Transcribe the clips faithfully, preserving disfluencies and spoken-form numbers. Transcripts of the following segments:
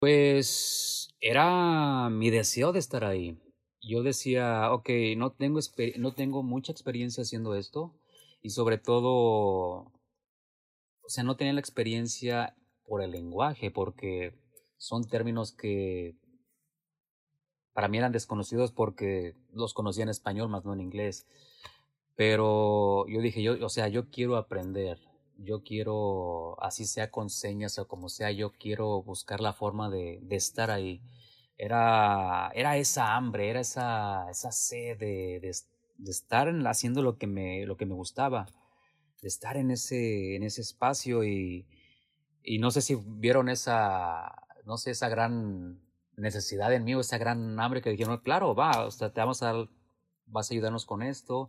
Pues, era mi deseo de estar ahí. Yo decía: "Okey, no tengo expe no tengo mucha experiencia haciendo esto", y sobre todo, o sea, no tenía la experiencia por el lenguaje, porque son términos que para mí eran desconocidos porque los conocía en español, más no en inglés. Pero yo dije: "Yo, o sea, yo quiero aprender, yo quiero, así sea con señas o como sea, yo quiero buscar la forma de de estar ahí". Era era esa hambre, era esa esa sed de de es de estar en haciendo lo que me lo que me gustaba, de estar en ese en ese espacio y y no sé si vieron esa, no sé, esa gran necesidad en mí o esa gran hambre que dijeron: "Claro, va, o sea, te vamos a dar vas a ayudarnos con esto".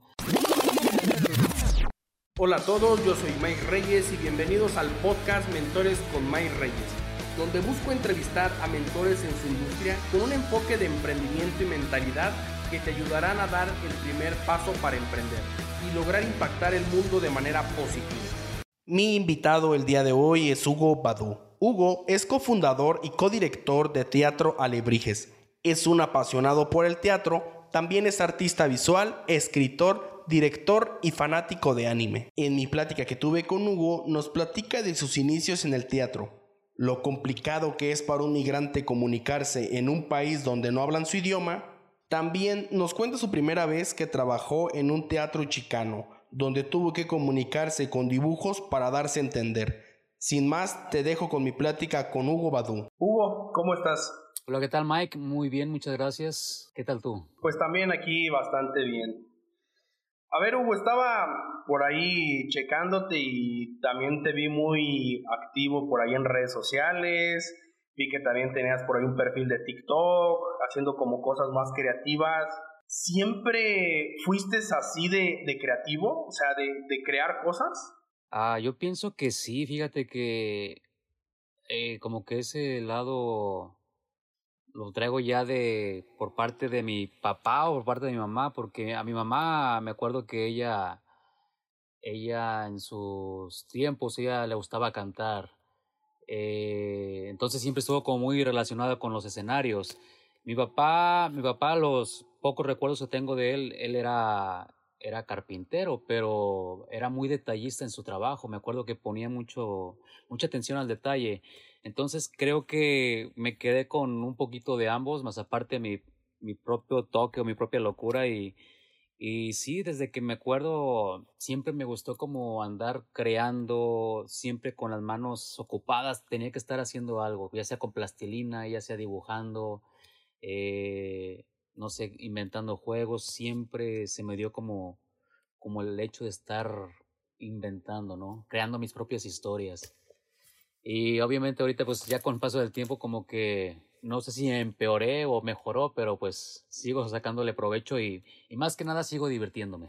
Hola a todos, yo soy Mike Reyes y bienvenidos al podcast Mentores con Mike Reyes, donde busco entrevistar a mentores en su industria con un enfoque de emprendimiento y mentalidad que te ayudarán a dar el primer paso para emprender y lograr impactar el mundo de manera positiva. Mi invitado el día de hoy es Hugo Badú. Hugo es cofundador y codirector de Teatro Alebrijes. Es un apasionado por el teatro, también es artista visual, escritor, director y fanático de anime. En mi plática que tuve con Hugo, nos platica de sus inicios en el teatro, lo complicado que es para un migrante comunicarse en un país donde no hablan su idioma. También nos cuenta su primera vez que trabajó en un teatro chicano, donde tuvo que comunicarse con dibujos para darse a entender. Sin más, te dejo con mi plática con Hugo Badú. Hugo, ¿cómo estás? Hola, ¿qué tal, Mike? Muy bien, muchas gracias. ¿Qué tal tú? Pues también aquí bastante bien. A ver, Hugo, estaba por ahí checándote y también te vi muy activo por ahí en redes sociales. Vi que también tenías por ahí un perfil de TikTok, haciendo como cosas más creativas. ¿Siempre fuiste así de, de creativo? O sea, de, de crear cosas. Ah, yo pienso que sí, fíjate que eh, como que ese lado lo traigo ya de por parte de mi papá o por parte de mi mamá, porque a mi mamá me acuerdo que ella, ella en sus tiempos, ella le gustaba cantar. Eh, entonces siempre estuvo como muy relacionada con los escenarios. Mi papá, mi papá, los pocos recuerdos que tengo de él, él era, era carpintero, pero era muy detallista en su trabajo. Me acuerdo que ponía mucho, mucha atención al detalle. Entonces creo que me quedé con un poquito de ambos, más aparte mi, mi propio toque o mi propia locura y, y sí, desde que me acuerdo, siempre me gustó como andar creando, siempre con las manos ocupadas, tenía que estar haciendo algo, ya sea con plastilina, ya sea dibujando, eh, no sé, inventando juegos, siempre se me dio como, como el hecho de estar inventando, ¿no? Creando mis propias historias. Y obviamente ahorita pues ya con el paso del tiempo como que no sé si empeoré o mejoró, pero pues sigo sacándole provecho y, y más que nada sigo divirtiéndome.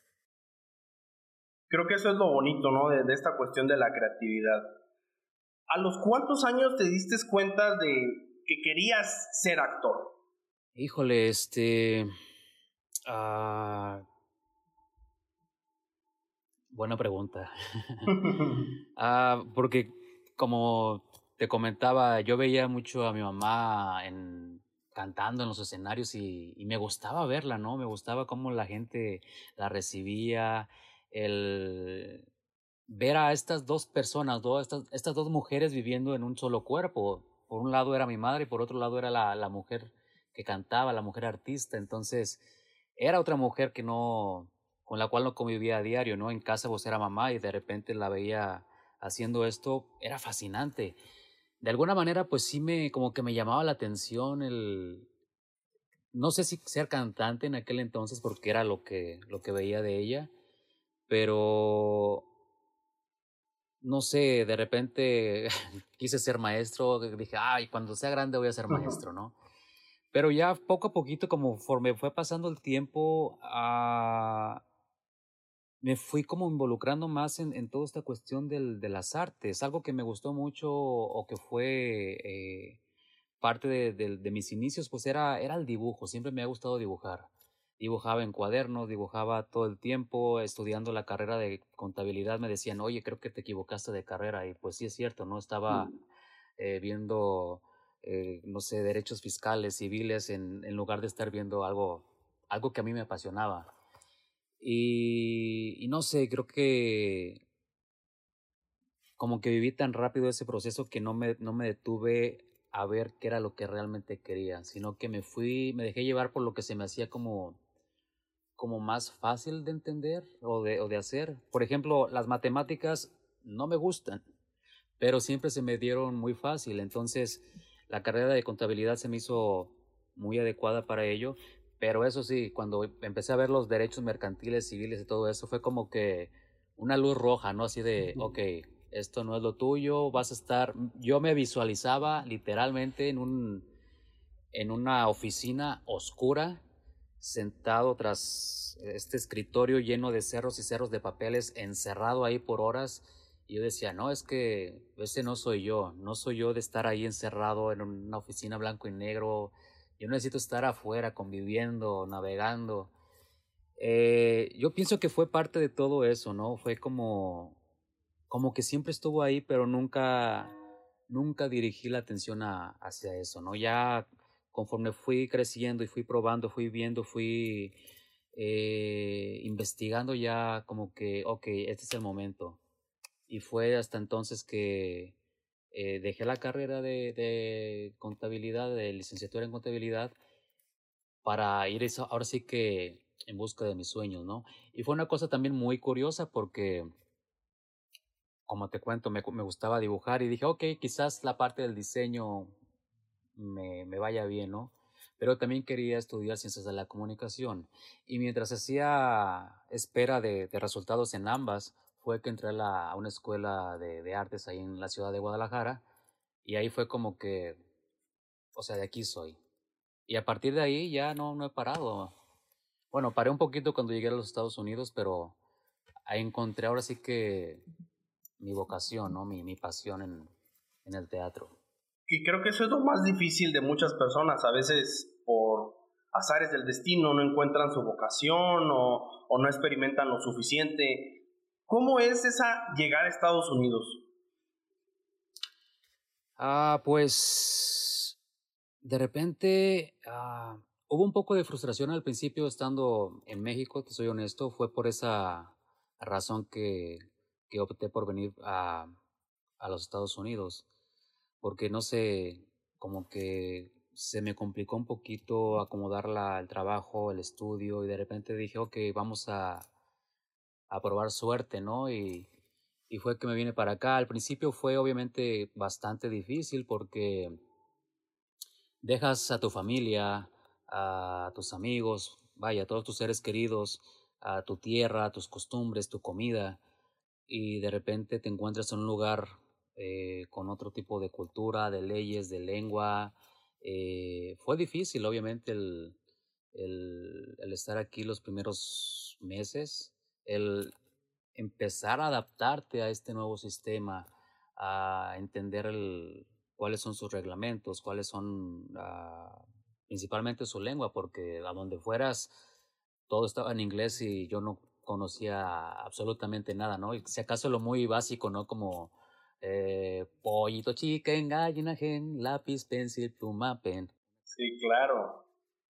Creo que eso es lo bonito, ¿no? De, de esta cuestión de la creatividad. ¿A los cuántos años te diste cuenta de que querías ser actor? Híjole, este... ah, buena pregunta. Ah, porque como te comentaba, yo veía mucho a mi mamá en, cantando en los escenarios y, y me gustaba verla, ¿no? Me gustaba cómo la gente la recibía, el ver a estas dos personas, ¿no? Estas, estas dos mujeres viviendo en un solo cuerpo. Por un lado era mi madre y por otro lado era la, la mujer que cantaba, la mujer artista. Entonces, era otra mujer que no, con la cual no convivía a diario, ¿no? En casa vos era mamá y de repente la veía haciendo esto, era fascinante. De alguna manera, pues sí me, como que me llamaba la atención el, no sé si ser cantante en aquel entonces porque era lo que, lo que veía de ella, pero no sé, de repente quise ser maestro, dije, ay, cuando sea grande voy a ser maestro, ¿no? Pero ya poco a poquito, como conforme fue pasando el tiempo, ah, me fui como involucrando más en, en toda esta cuestión del, de las artes, algo que me gustó mucho o que fue eh, parte de, de- de mis inicios, pues era, era el dibujo, siempre me ha gustado dibujar. Dibujaba en cuadernos, dibujaba todo el tiempo, estudiando la carrera de contabilidad me decían, oye, creo que te equivocaste de carrera y pues sí es cierto, ¿no? Estaba eh, viendo eh, no sé, derechos fiscales, civiles, en, en lugar de estar viendo algo, algo que a mí me apasionaba. Y, y no sé, creo que como que viví tan rápido ese proceso que no me, no me detuve a ver qué era lo que realmente quería, sino que me fui, me dejé llevar por lo que se me hacía como, como más fácil de entender o de, o de hacer. Por ejemplo, las matemáticas no me gustan, pero siempre se me dieron muy fácil. Entonces, la carrera de contabilidad se me hizo muy adecuada para ello. Pero eso sí, cuando empecé a ver los derechos mercantiles, civiles y todo eso, fue como que una luz roja, ¿no? Así de, ok, esto no es lo tuyo, vas a estar... Yo me visualizaba literalmente en un, en una oficina oscura, sentado tras este escritorio lleno de cerros y cerros de papeles, encerrado ahí por horas. Y yo decía, no, es que ese no soy yo, no soy yo de estar ahí encerrado en una oficina blanco y negro. Yo necesito estar afuera, conviviendo, navegando. Eh, yo pienso que fue parte de todo eso, ¿no? Fue como, como que siempre estuvo ahí, pero nunca, nunca dirigí la atención a, hacia eso, ¿no? Ya conforme fui creciendo y fui probando, fui viendo, fui eh, investigando ya como que, ok, este es el momento. Y fue hasta entonces que eh, dejé la carrera de, de contabilidad, de licenciatura en contabilidad, para ir eso, ahora sí que en busca de mis sueños, ¿no? Y fue una cosa también muy curiosa porque, como te cuento, me, me gustaba dibujar y dije, ok, quizás la parte del diseño me, me vaya bien, ¿no? Pero también quería estudiar ciencias de la comunicación. Y mientras hacía espera de, de resultados en ambas, fue que entré a, la, a una escuela de, de artes ahí en la ciudad de Guadalajara. Y ahí fue como que, o sea, de aquí soy. Y a partir de ahí ya no, no he parado. Bueno, paré un poquito cuando llegué a los Estados Unidos, pero ahí encontré ahora sí que mi vocación, ¿no? Mi, mi pasión en, en el teatro. Y creo que eso es lo más difícil de muchas personas. A veces por azares del destino no encuentran su vocación o, o no experimentan lo suficiente. ¿Cómo es esa llegada a Estados Unidos? Ah, pues de repente ah, hubo un poco de frustración al principio estando en México, te soy honesto, fue por esa razón que, que opté por venir a, a los Estados Unidos, porque no sé, como que se me complicó un poquito acomodar la, el trabajo, el estudio, y de repente dije, ok, vamos a, a probar suerte, ¿no? Y, y fue que me vine para acá. Al principio fue obviamente bastante difícil porque dejas a tu familia, a tus amigos, vaya, a todos tus seres queridos, a tu tierra, tus costumbres, tu comida, y de repente te encuentras en un lugar eh, con otro tipo de cultura, de leyes, de lengua. Eh, fue difícil, obviamente, el, el, el estar aquí los primeros meses, el empezar a adaptarte a este nuevo sistema, a entender el, cuáles son sus reglamentos, cuáles son uh, principalmente su lengua, porque a donde fueras todo estaba en inglés y yo no conocía absolutamente nada, ¿no? Y si acaso lo muy básico, ¿no? Como eh, pollito, chicken, gallina, gen, lápiz, pencil, pluma, pen. Sí, claro.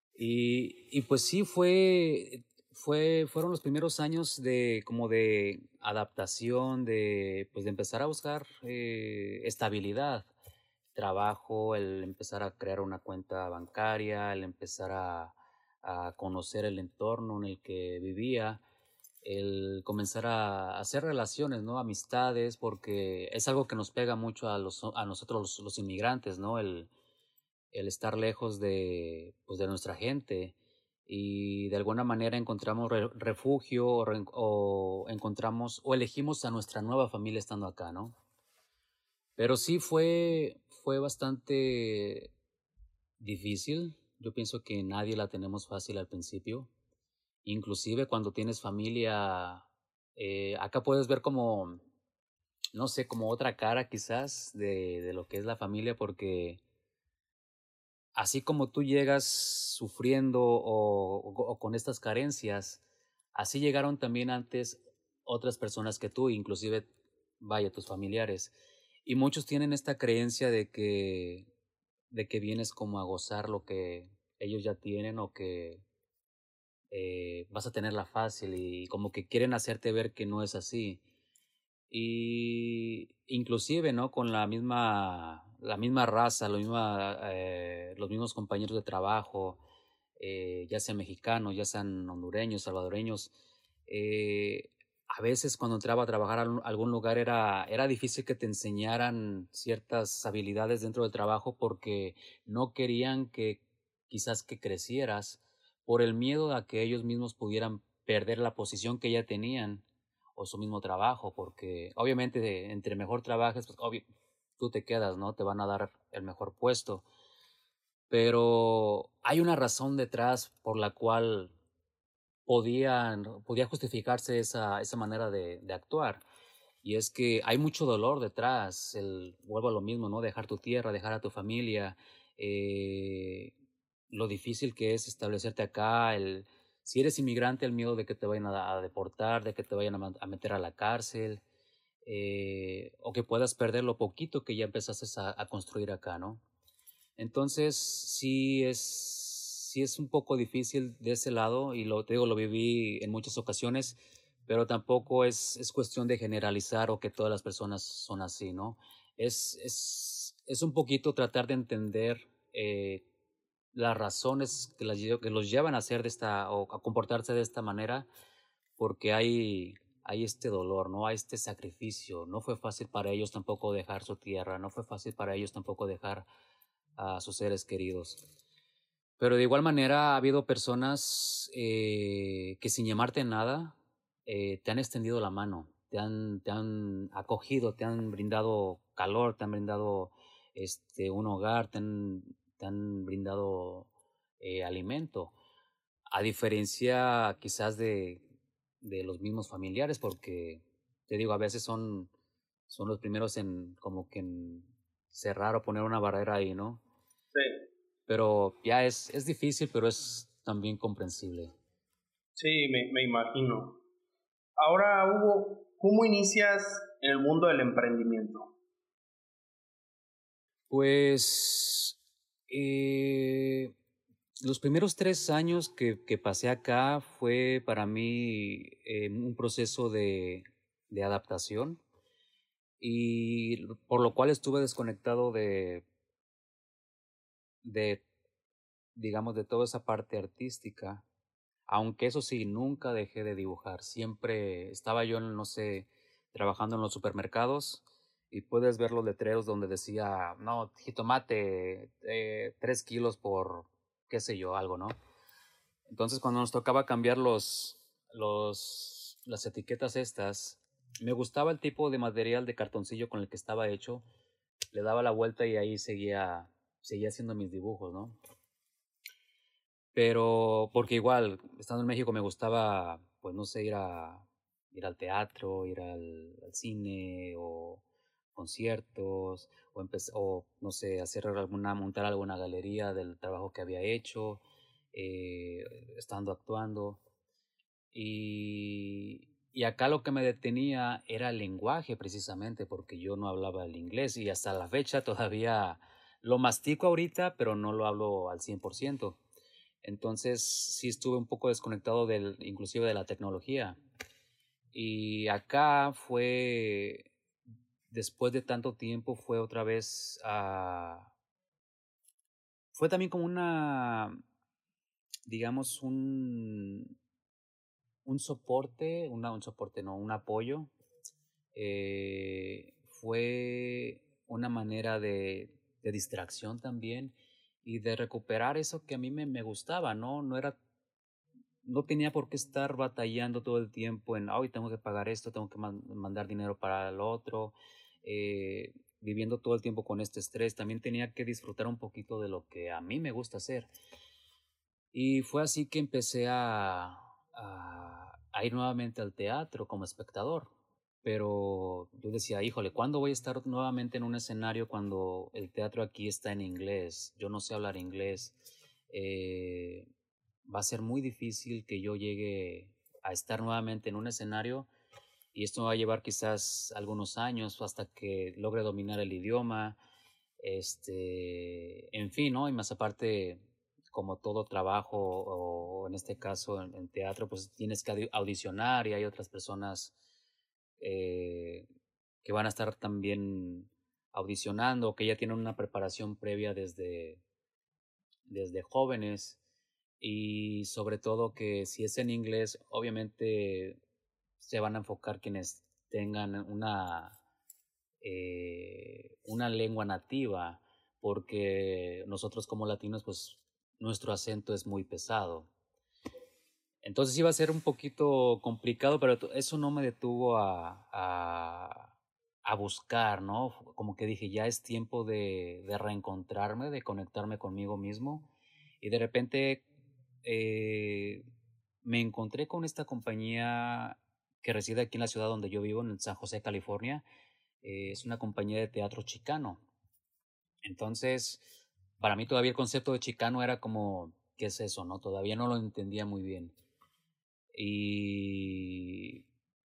Y, y pues sí, fue, fue, fueron los primeros años de como de adaptación, de, pues de empezar a buscar eh, estabilidad, trabajo, el empezar a crear una cuenta bancaria, el empezar a, a conocer el entorno en el que vivía, el comenzar a hacer relaciones, ¿no? Amistades, porque es algo que nos pega mucho a, los, a nosotros los, los inmigrantes, ¿no? El, el estar lejos de, pues, de nuestra gente y de alguna manera encontramos re refugio o, re o encontramos o elegimos a nuestra nueva familia estando acá, ¿no? Pero sí fue, fue bastante difícil. Yo pienso que nadie la tenemos fácil al principio. Inclusive cuando tienes familia, eh, acá puedes ver como, no sé, como otra cara quizás de, de lo que es la familia, porque así como tú llegas sufriendo o, o, o con estas carencias, así llegaron también antes otras personas que tú, inclusive, vaya, tus familiares. Y muchos tienen esta creencia de que de que vienes como a gozar lo que ellos ya tienen o que eh, vas a tenerla fácil y como que quieren hacerte ver que no es así. Y inclusive, ¿no? Con la misma, la misma raza, lo misma, eh, los mismos compañeros de trabajo, eh, ya sean mexicanos, ya sean hondureños, salvadoreños, eh, a veces cuando entraba a trabajar a algún algún lugar era, era difícil que te enseñaran ciertas habilidades dentro del trabajo porque no querían que quizás que crecieras por el miedo a que ellos mismos pudieran perder la posición que ya tenían o su mismo trabajo, porque obviamente de- entre mejor trabajes, pues obvio, tú te quedas, ¿no? Te van a dar el mejor puesto, pero hay una razón detrás por la cual podían, podía justificarse esa, esa manera de, de actuar. Y es que hay mucho dolor detrás, el, vuelvo a lo mismo, ¿no? Dejar tu tierra, dejar a tu familia, eh, lo difícil que es establecerte acá, el, si eres inmigrante, el miedo de que te vayan a, a deportar, de que te vayan a, ma- a meter a la cárcel, eh, o que puedas perder lo poquito que ya empezaste a, a construir acá, ¿no? Entonces, sí es, sí es un poco difícil de ese lado y lo te digo, lo viví en muchas ocasiones, pero tampoco es, es cuestión de generalizar o que todas las personas son así, ¿no? Es, es, es un poquito tratar de entender eh, las razones que, las, lle- que los llevan a hacer de esta o a comportarse de esta manera, porque hay, hay este dolor, ¿no? Hay este sacrificio. No fue fácil para ellos tampoco dejar su tierra, no fue fácil para ellos tampoco dejar a sus seres queridos. Pero de igual manera ha habido personas eh, que sin llamarte nada eh, te han extendido la mano, te han, te han acogido, te han brindado calor, te han brindado este, un hogar, te han, te han brindado eh, alimento. A diferencia quizás de, de los mismos familiares, porque te digo, a veces son, son los primeros en como que en cerrar o poner una barrera ahí, ¿no? Sí, Pero ya es, es difícil, pero es también comprensible. sí, me, me imagino. Ahora, Hugo, ¿cómo inicias en el mundo del emprendimiento? Pues eh, los primeros tres años que, que pasé acá fue para mí eh, un proceso de, de adaptación y por lo cual estuve desconectado de, de, digamos, de toda esa parte artística. Aunque eso sí, nunca dejé de dibujar. Siempre estaba yo, no sé, trabajando en los supermercados y puedes ver los letreros donde decía, no, jitomate, eh, tres kilos por qué sé yo, algo, ¿no? Entonces cuando nos tocaba cambiar los, los, las etiquetas estas, me gustaba el tipo de material de cartoncillo con el que estaba hecho. Le daba la vuelta y ahí seguía, seguía haciendo mis dibujos, ¿no? Pero porque igual, estando en México me gustaba, pues no sé, ir a ir al teatro, ir al, al cine o conciertos o, empe- o no sé, hacer alguna, montar alguna galería del trabajo que había hecho, eh, estando actuando. Y, y acá lo que me detenía era el lenguaje precisamente, porque yo no hablaba el inglés y hasta la fecha todavía lo mastico ahorita, pero no lo hablo al cien por ciento. Entonces sí estuve un poco desconectado del, inclusive de la tecnología. Y acá fue, después de tanto tiempo, fue otra vez, ah, fue también como una, digamos, un, un soporte, una, un soporte, no, un apoyo. Eh, fue una manera de, de distracción también y de recuperar eso que a mí me, me gustaba, ¿no? No era no tenía por qué estar batallando todo el tiempo en, hoy tengo que pagar esto, tengo que man- mandar dinero para el otro, eh, viviendo todo el tiempo con este estrés. También tenía que disfrutar un poquito de lo que a mí me gusta hacer. Y fue así que empecé a, a, a ir nuevamente al teatro como espectador. Pero yo decía, híjole, ¿cuándo voy a estar nuevamente en un escenario cuando el teatro aquí está en inglés? Yo no sé hablar inglés. Eh, Va a ser muy difícil que yo llegue a estar nuevamente en un escenario y esto me va a llevar quizás algunos años hasta que logre dominar el idioma. este, en fin, ¿no? Y más aparte, como todo trabajo, o en este caso en, en teatro, pues tienes que audicionar y hay otras personas eh, que van a estar también audicionando, que ya tienen una preparación previa desde, desde jóvenes y sobre todo que si es en inglés, obviamente se van a enfocar quienes tengan una, eh, una lengua nativa, porque nosotros como latinos, pues nuestro acento es muy pesado. Entonces iba a ser un poquito complicado, pero eso no me detuvo a, a, a buscar, ¿no? Como que dije, ya es tiempo de, de reencontrarme, de conectarme conmigo mismo. Y de repente eh, me encontré con esta compañía que reside aquí en la ciudad donde yo vivo, en San José, California. Eh, es una compañía de teatro chicano. Entonces, para mí todavía el concepto de chicano era como, ¿qué es eso, no? Todavía no lo entendía muy bien. Y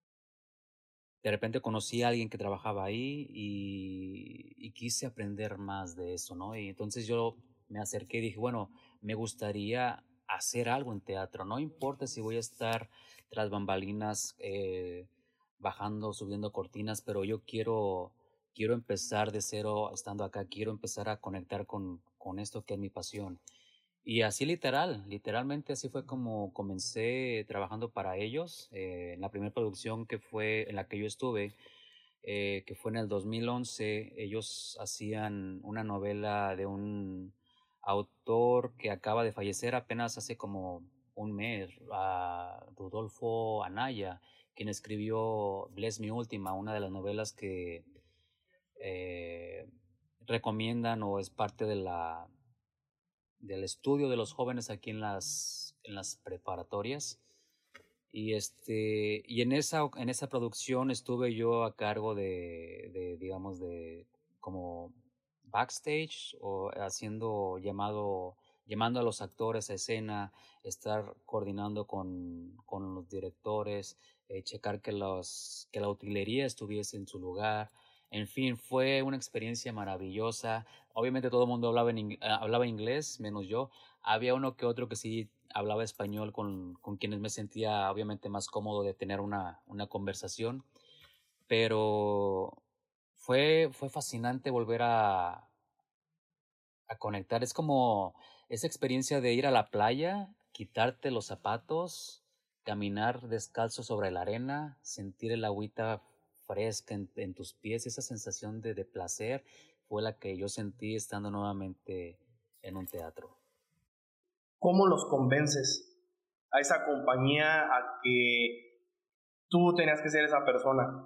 de repente conocí a alguien que trabajaba ahí y, y quise aprender más de eso, ¿no? Y entonces yo me acerqué y dije, bueno, me gustaría hacer algo en teatro, no importa si voy a estar tras bambalinas, eh, bajando, subiendo cortinas, pero yo quiero, quiero empezar de cero estando acá, quiero empezar a conectar con, con esto que es mi pasión. Y así literal, literalmente así fue como comencé trabajando para ellos. Eh, en la primera producción que fue en la que yo estuve, eh, que fue en el dos mil once, ellos hacían una novela de un autor que acaba de fallecer apenas hace como un mes, a Rudolfo Anaya, quien escribió Bless Mi Última, una de las novelas que eh, recomiendan o es parte de la del estudio de los jóvenes aquí en las, en las preparatorias. Y, este, y en, esa, en esa producción estuve yo a cargo de, de, digamos, de como backstage o haciendo llamado, llamando a los actores a escena, estar coordinando con, con los directores, eh, checar que, los, que la utilería estuviese en su lugar. En fin, fue una experiencia maravillosa. Obviamente todo el mundo hablaba, en, hablaba inglés, menos yo. Había uno que otro que sí hablaba español con, con quienes me sentía obviamente más cómodo de tener una, una conversación, pero fue, fue fascinante volver a, a conectar. Es como esa experiencia de ir a la playa, quitarte los zapatos, caminar descalzo sobre la arena, sentir el agüita fresca en, en tus pies, esa sensación de, de placer fue la que yo sentí estando nuevamente en un teatro. ¿Cómo los convences a esa compañía a que tú tenías que ser esa persona?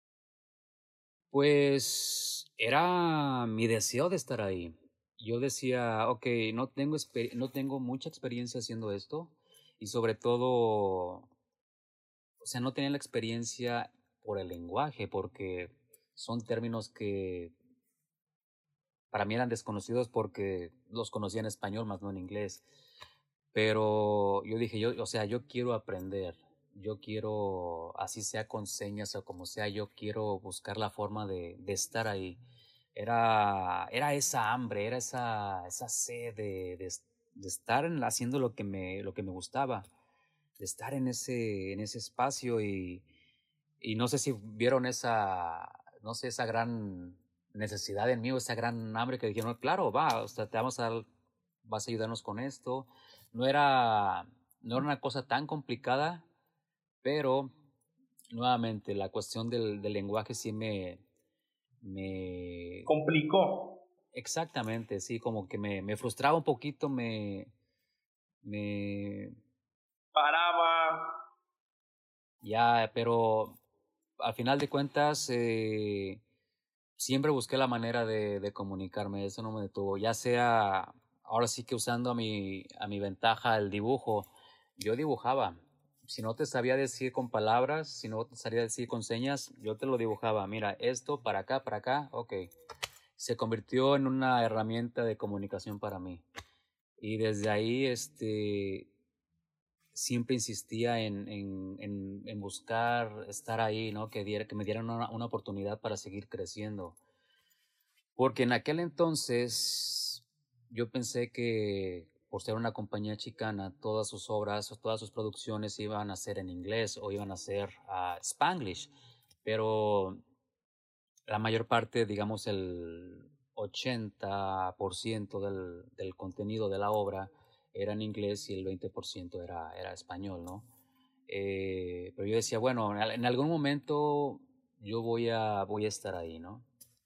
Pues era mi deseo de estar ahí. Yo decía, ok, no tengo, no tengo mucha experiencia haciendo esto y sobre todo, o sea, no tenía la experiencia por el lenguaje, porque son términos que para mí eran desconocidos porque los conocía en español, más no en inglés. Pero yo dije, yo, o sea, yo quiero aprender, yo quiero, así sea con señas o como sea, yo quiero buscar la forma de, de estar ahí. Era, era esa hambre, era esa, esa sed de, de, de estar en, haciendo lo que, me, lo que me gustaba, de estar en ese, en ese espacio y, y no sé si vieron esa, no sé, esa gran necesidad en mí o esa gran hambre que dijeron, claro, va, o sea, te vamos a dar, vas a ayudarnos con esto. No era, no era una cosa tan complicada, pero nuevamente la cuestión del, del lenguaje sí me, me... Complicó. Exactamente, sí, como que me, me frustraba un poquito, me... me Paraba. ya, pero al final de cuentas eh, siempre busqué la manera de, de comunicarme, eso no me detuvo, ya sea ahora sí que usando a mi, a mi ventaja el dibujo, yo dibujaba. Si no te sabía decir con palabras, si no te sabía decir con señas, yo te lo dibujaba. Mira, esto para acá, para acá, ok. Se convirtió en una herramienta de comunicación para mí. Y desde ahí, este, siempre insistía en, en, en, en buscar estar ahí, ¿no? Que, diera, que me dieran una, una oportunidad para seguir creciendo. Porque en aquel entonces yo pensé que por ser una compañía chicana, todas sus obras o todas sus producciones iban a ser en inglés o iban a ser uh, Spanglish, pero la mayor parte, digamos el ochenta por ciento del, del contenido de la obra era en inglés y el veinte por ciento era, era español, ¿no? Eh, pero yo decía, bueno, en algún momento yo voy a, voy a estar ahí, ¿no?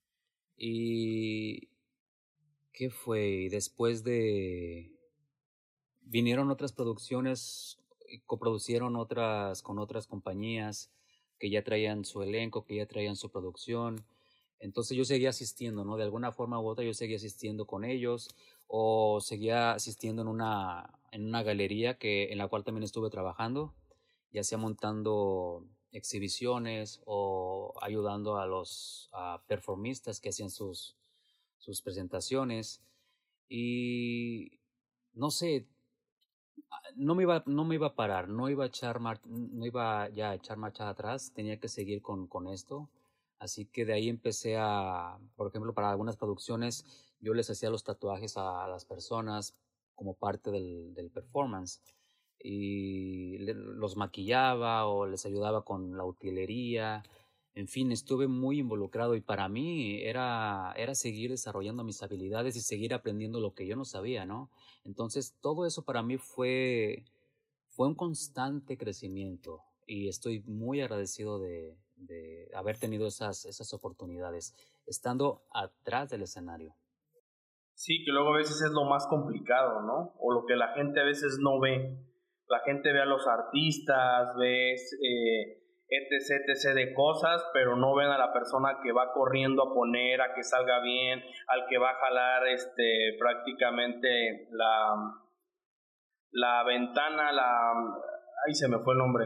Y ¿qué fue? Después de... Vinieron otras producciones, coproducieron otras con otras compañías que ya traían su elenco, que ya traían su producción. Entonces yo seguía asistiendo, ¿no? De alguna forma u otra yo seguía asistiendo con ellos o seguía asistiendo en una, en una galería que, en la cual también estuve trabajando, ya sea montando exhibiciones o ayudando a los a performistas que hacían sus, sus presentaciones. Y no sé, no me iba, no me iba a parar, no iba a echar, mar, no iba ya a echar marcha atrás, tenía que seguir con, con esto. Así que de ahí empecé a, por ejemplo, para algunas producciones, yo les hacía los tatuajes a, a las personas como parte del, del performance. Y le, los maquillaba o les ayudaba con la utilería. En fin, estuve muy involucrado y para mí era, era seguir desarrollando mis habilidades y seguir aprendiendo lo que yo no sabía, ¿no? Entonces, todo eso para mí fue, fue un constante crecimiento y estoy muy agradecido de, de haber tenido esas, esas oportunidades, estando atrás del escenario. Sí, que luego a veces es lo más complicado, ¿no? O lo que la gente a veces no ve. La gente ve a los artistas, ve eh, etc, etc de cosas, pero no ven a la persona que va corriendo a poner, a que salga bien, al que va a jalar este, prácticamente la, la ventana, la... Ahí se me fue el nombre.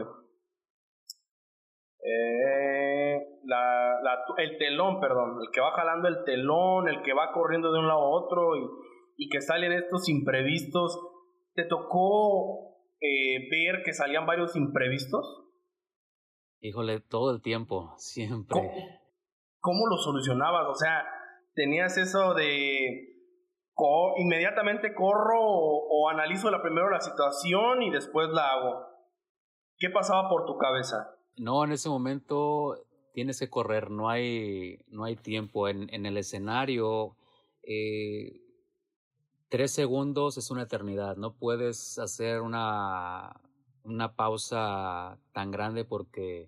Eh, la, la, el telón, perdón, el que va jalando el telón, el que va corriendo de un lado a otro y, y que salen estos imprevistos. ¿Te tocó eh, ver que salían varios imprevistos? Híjole, todo el tiempo, siempre. ¿Cómo, cómo lo solucionabas? O sea, ¿tenías eso de co inmediatamente corro o, o analizo la primero la situación y después la hago? ¿Qué pasaba por tu cabeza? No, en ese momento tienes que correr, no hay, no hay tiempo. En, en el escenario, eh, tres segundos es una eternidad. No puedes hacer una, una pausa tan grande porque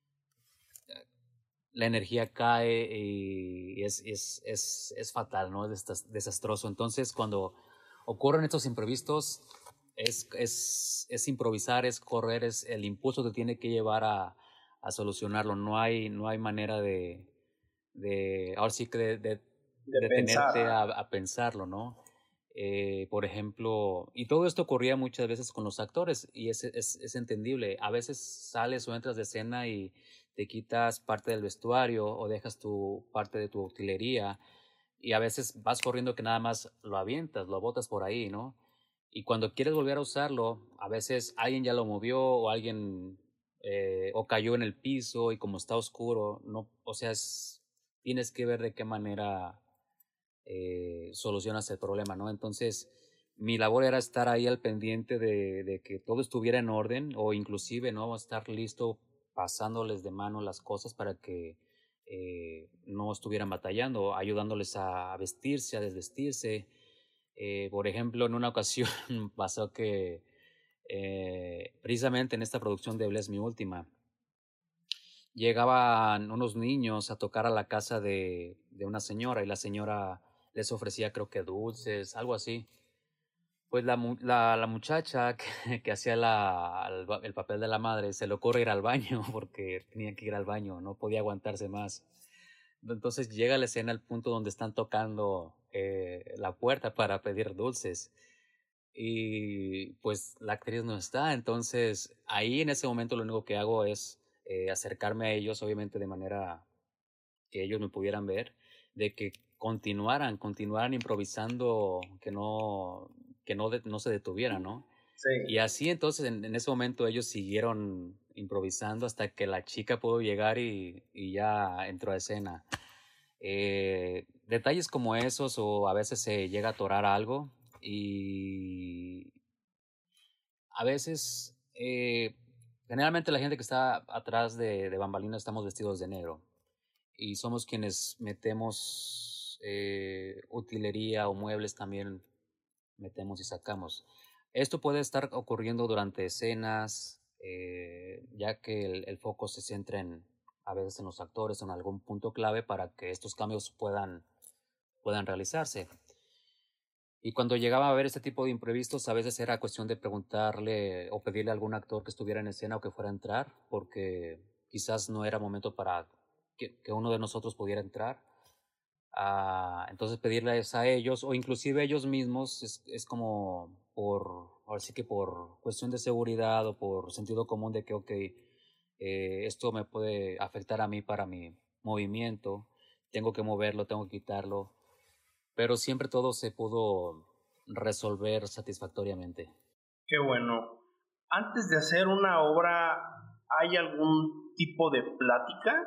la energía cae y es, es, es, es fatal, ¿no? Es desastroso. Entonces, cuando ocurren estos imprevistos, es, es, es improvisar, es correr, es el impulso te tiene que llevar a, a solucionarlo. No hay, no hay manera de, de ahora sí que de, de, de detenerte a, a pensarlo, ¿no? Eh, por ejemplo, y todo esto ocurría muchas veces con los actores y es, es, es entendible. A veces sales o entras de escena y te quitas parte del vestuario o dejas tu parte de tu utilería y a veces vas corriendo que nada más lo avientas, lo botas por ahí, ¿no? Y cuando quieres volver a usarlo, a veces alguien ya lo movió o alguien eh, o cayó en el piso y como está oscuro, no, o sea, es, tienes que ver de qué manera eh, solucionas el problema, ¿no? Entonces, mi labor era estar ahí al pendiente de, de que todo estuviera en orden o inclusive, ¿no? Estar listo pasándoles de mano las cosas para que eh, no estuvieran batallando, ayudándoles a vestirse, a desvestirse. Eh, por ejemplo, en una ocasión pasó que eh, precisamente en esta producción de Bless Mi Última, llegaban unos niños a tocar a la casa de, de una señora y la señora les ofrecía creo que dulces, algo así. Pues la, la, la muchacha que, que hacía la, el, el papel de la madre se le ocurre ir al baño porque tenía que ir al baño, no podía aguantarse más. Entonces llega la escena al punto donde están tocando eh, la puerta para pedir dulces y pues la actriz no está, entonces ahí en ese momento lo único que hago es eh, acercarme a ellos, obviamente de manera que ellos me pudieran ver, de que continuaran, continuaran improvisando, que no, que no, de, no se detuvieran, ¿no? Sí. Y así entonces en, en ese momento ellos siguieron improvisando hasta que la chica pudo llegar y, y ya entró a escena. Eh, detalles como esos, o a veces se llega a atorar algo y a veces, eh, generalmente la gente que está atrás de, de bambalinas estamos vestidos de negro y somos quienes metemos eh, utilería o muebles también metemos y sacamos. Esto puede estar ocurriendo durante escenas, eh, ya que el, el foco se centra en, a veces en los actores, en algún punto clave para que estos cambios puedan, puedan realizarse. Y cuando llegaba a ver este tipo de imprevistos, a veces era cuestión de preguntarle o pedirle a algún actor que estuviera en escena o que fuera a entrar, porque quizás no era momento para que, que uno de nosotros pudiera entrar. Ah, entonces pedirles a ellos o inclusive ellos mismos es, es como por, ahora sí que por cuestión de seguridad o por sentido común de que, ok, eh, esto me puede afectar a mí para mi movimiento, tengo que moverlo, tengo que quitarlo, pero siempre todo se pudo resolver satisfactoriamente. Qué bueno. Antes de hacer una obra, ¿hay algún tipo de plática?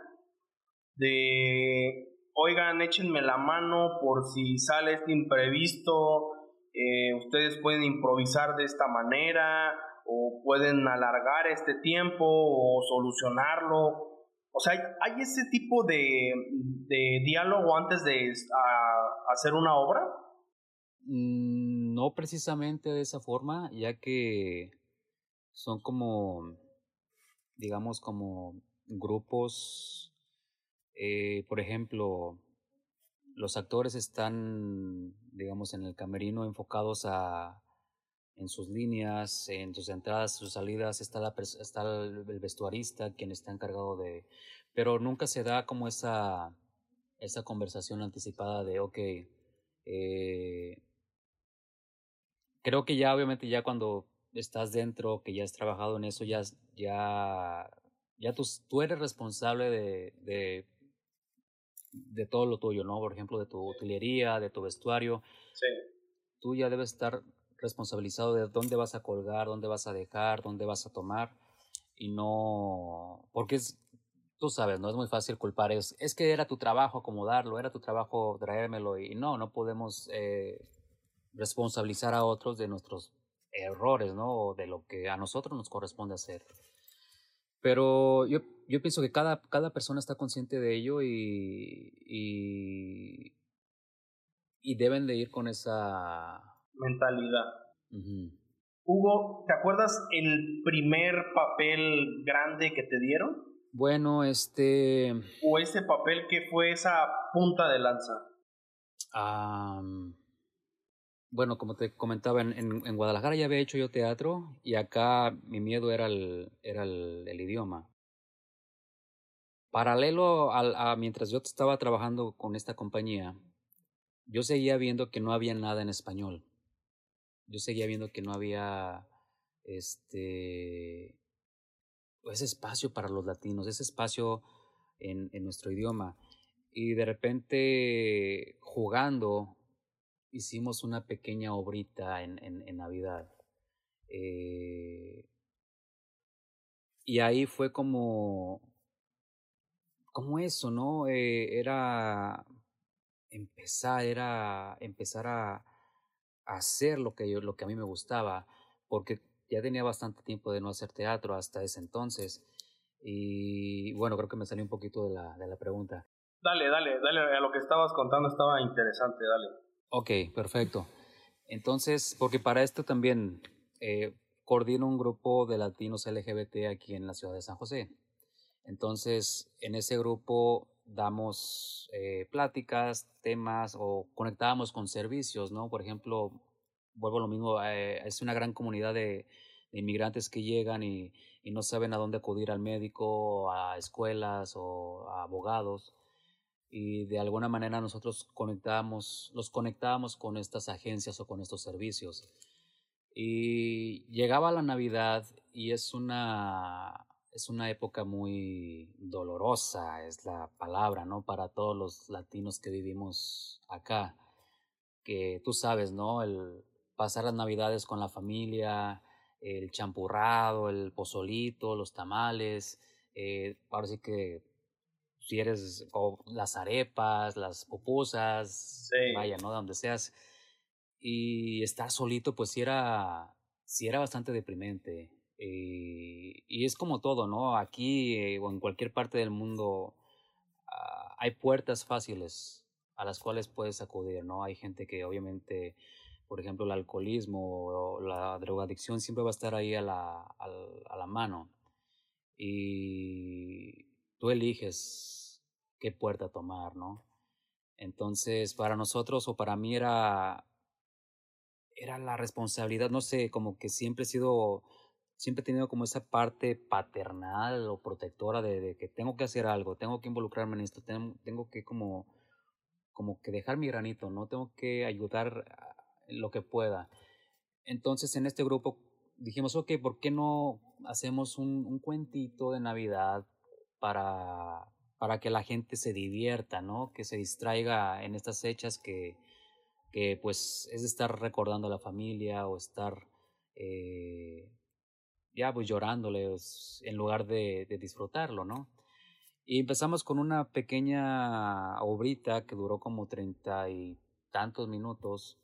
De, oigan, échenme la mano por si sale este imprevisto, eh, ustedes pueden improvisar de esta manera, o pueden alargar este tiempo, o solucionarlo. O sea, ¿hay, hay ese tipo de, de diálogo antes de a, hacer una obra? Mm, No precisamente de esa forma, ya que son como, digamos, como grupos, eh, por ejemplo, los actores están, digamos, en el camerino enfocados a, en sus líneas, en sus entradas, sus salidas, está, la, pers- está el, el vestuarista, quien está encargado de... Pero nunca se da como esa, esa conversación anticipada de, ok, eh, creo que ya obviamente ya cuando estás dentro, que ya has trabajado en eso, ya, ya, ya tú, tú eres responsable de, de, de todo lo tuyo, ¿no? Por ejemplo, de tu utilería, de tu vestuario. Sí. Tú ya debes estar responsabilizado de dónde vas a colgar, dónde vas a dejar, dónde vas a tomar y no, porque es, tú sabes, no es muy fácil culpar, es, es que era tu trabajo acomodarlo, era tu trabajo traérmelo y no, no podemos eh, responsabilizar a otros de nuestros errores, ¿no? O de lo que a nosotros nos corresponde hacer. Pero yo, yo pienso que cada, cada persona está consciente de ello y, y, y deben de ir con esa... Mentalidad. Ujú. Hugo, ¿te acuerdas el primer papel grande que te dieron? Bueno, este, ¿O ese papel que fue esa punta de lanza? am, bueno, como te comentaba, en, en, en Guadalajara ya había hecho yo teatro y acá mi miedo era el, era el, el idioma. Paralelo al, a mientras yo estaba trabajando con esta compañía, yo seguía viendo que no había nada en español. Yo seguía viendo que no había este ese espacio para los latinos, ese espacio en, en nuestro idioma. Y de repente, jugando, hicimos una pequeña obrita en, en, en Navidad. Eh, y ahí fue como, como eso, ¿no? Eh, era empezar, era empezar a, a hacer lo que yo, lo que a mí me gustaba, porque ya tenía bastante tiempo de no hacer teatro hasta ese entonces. Y bueno, creo que me salió un poquito de la, de la pregunta. Dale, dale, dale, a lo que estabas contando estaba interesante, dale. Ok, perfecto. Entonces, porque para esto también eh, coordino un grupo de latinos L G B T aquí en la ciudad de San José. Entonces, en ese grupo damos eh, pláticas, temas o conectábamos con servicios, ¿no? Por ejemplo, vuelvo a lo mismo, eh, es una gran comunidad de, de inmigrantes que llegan y, y no saben a dónde acudir al médico, a escuelas o a abogados. Y de alguna manera nosotros conectábamos, los conectábamos con estas agencias o con estos servicios. Y llegaba la Navidad y es una, es una época muy dolorosa, es la palabra, ¿no? Para todos los latinos que vivimos acá, que tú sabes, ¿no? El pasar las Navidades con la familia, el champurrado, el pozolito, los tamales, eh, ahora sí que si eres, o las arepas, las pupusas, Sí. vaya, ¿no? Donde seas. Y estar solito, pues sí era, sí era bastante deprimente. Y, y es como todo, ¿no? Aquí eh, o en cualquier parte del mundo ah, hay puertas fáciles a las cuales puedes acudir, ¿no? Hay gente que obviamente, por ejemplo, el alcoholismo o la drogadicción siempre va a estar ahí a la, al- a la mano. Y tú eliges qué puerta tomar, ¿no? Entonces, para nosotros o para mí era, era la responsabilidad, no sé, como que siempre he sido, siempre he tenido como esa parte paternal o protectora de, de que tengo que hacer algo, tengo que involucrarme en esto, tengo, tengo que como, como que dejar mi granito, ¿no? Tengo que ayudar ah, en lo que pueda. Entonces, en este grupo dijimos, ok, ¿por qué no hacemos un, un cuentito de Navidad para, para que la gente se divierta, ¿no? Que se distraiga en estas fechas que, que pues es estar recordando a la familia o estar eh, ya pues llorándoles en lugar de, de disfrutarlo, ¿no? Y empezamos con una pequeña obrita que duró como treinta y tantos minutos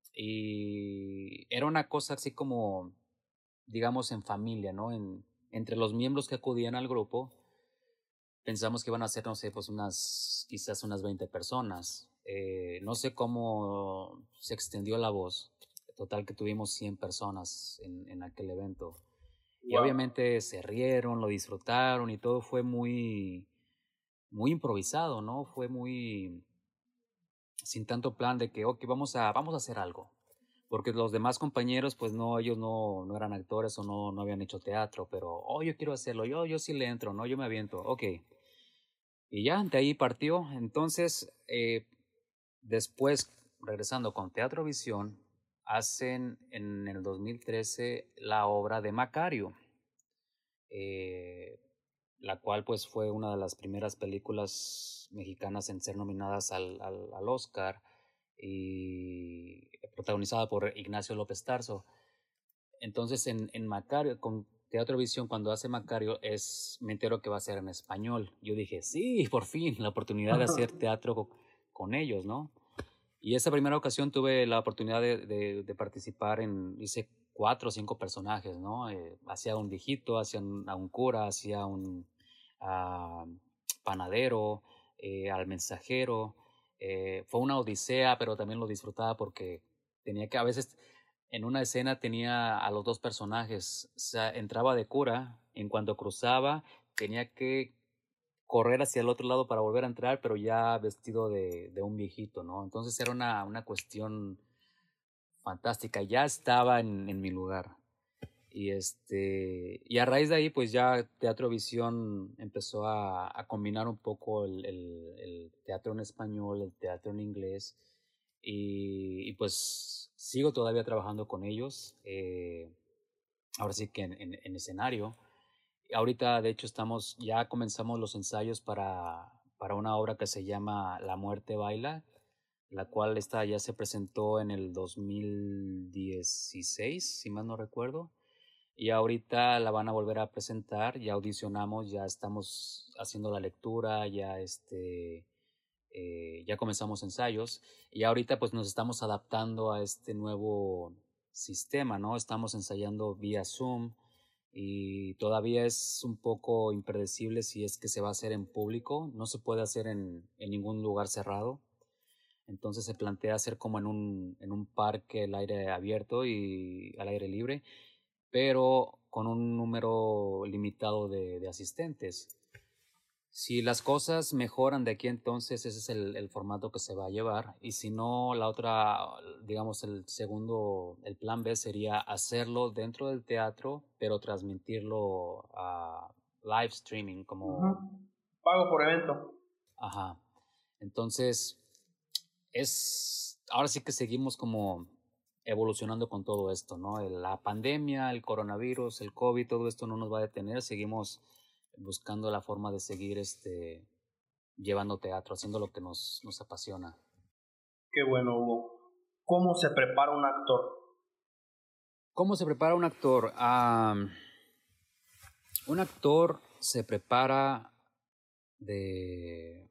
y era una cosa así como, digamos, en familia, ¿no? En, entre los miembros que acudían al grupo, pensamos que iban a ser, no sé, pues unas, quizás unas veinte personas. Eh, no sé cómo se extendió la voz. Total que tuvimos cien personas en, en aquel evento. Y Wow. obviamente se rieron, lo disfrutaron y todo fue muy, muy improvisado, ¿no? Fue muy sin tanto plan de que, ok, vamos a, vamos a hacer algo. Porque los demás compañeros, pues no, ellos no, no eran actores o no, no habían hecho teatro, pero, oh, yo quiero hacerlo, yo, yo sí le entro, ¿no? Yo me aviento, ok. Y ya, de ahí partió. Entonces, eh, después, regresando con Teatro Visión, hacen en el dos mil trece la obra de Macario, eh, la cual pues fue una de las primeras películas mexicanas en ser nominadas al, al, al Oscar y protagonizada por Ignacio López Tarso. Entonces en, en Macario, con Teatro Visión, cuando hace Macario, es, me entero que va a ser en español. Yo dije, sí, por fin, la oportunidad de hacer teatro co- con ellos, ¿no? Y esa primera ocasión tuve la oportunidad de, de, de participar en, hice cuatro o cinco personajes, ¿no? Eh, hacía un viejito, hacía un, a un cura, hacía un ah, panadero, eh, al mensajero. Eh, fue una odisea, pero también lo disfrutaba porque tenía que, a veces, en una escena tenía a los dos personajes, o sea, entraba de cura, en cuanto cruzaba, tenía que correr hacia el otro lado para volver a entrar, pero ya vestido de, de un viejito, ¿no? Entonces era una, una cuestión fantástica, ya estaba en, en mi lugar. Y, este, y a raíz de ahí, pues ya Teatro Visión empezó a, a combinar un poco el, el, el teatro en español, el teatro en inglés, y, y pues sigo todavía trabajando con ellos, eh, ahora sí que en, en, en escenario. Ahorita, de hecho, estamos, ya comenzamos los ensayos para, para una obra que se llama La muerte baila, la cual esta ya se presentó en el dos mil dieciséis, si mal no recuerdo. Y ahorita la van a volver a presentar, ya audicionamos, ya estamos haciendo la lectura, ya este, eh, ya comenzamos ensayos y ahorita pues nos estamos adaptando a este nuevo sistema, ¿no? Estamos ensayando vía Zoom y todavía es un poco impredecible si es que se va a hacer en público, no se puede hacer en, en ningún lugar cerrado. Entonces se plantea hacer como en un, en un parque al aire abierto y al aire libre, pero con un número limitado de, de asistentes. Si las cosas mejoran de aquí entonces, ese es el, el formato que se va a llevar. Y si no, la otra, digamos, el segundo, el plan B sería hacerlo dentro del teatro, pero transmitirlo a live streaming, como, Ujú. Pago por evento. ajá. Entonces, es, ahora sí que seguimos como evolucionando con todo esto, ¿no? El- La pandemia, el coronavirus, el COVID, todo esto no nos va a detener. Seguimos buscando la forma de seguir este llevando teatro, haciendo lo que nos, nos apasiona. Qué bueno, Hugo. ¿Cómo se prepara un actor? ¿Cómo se prepara un actor? Ah, un actor se prepara de,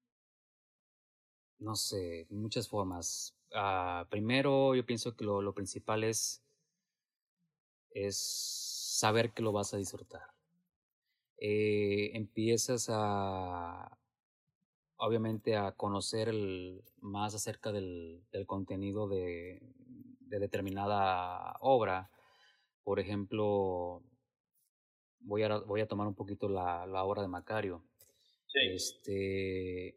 no sé, muchas formas. Uh, primero, yo pienso que lo, lo principal es, es saber que lo vas a disfrutar. Eh, empiezas a, obviamente, a conocer el, más acerca del, del contenido de, de determinada obra. Por ejemplo, voy a, voy a tomar un poquito la, la obra de Macario. Sí. Este,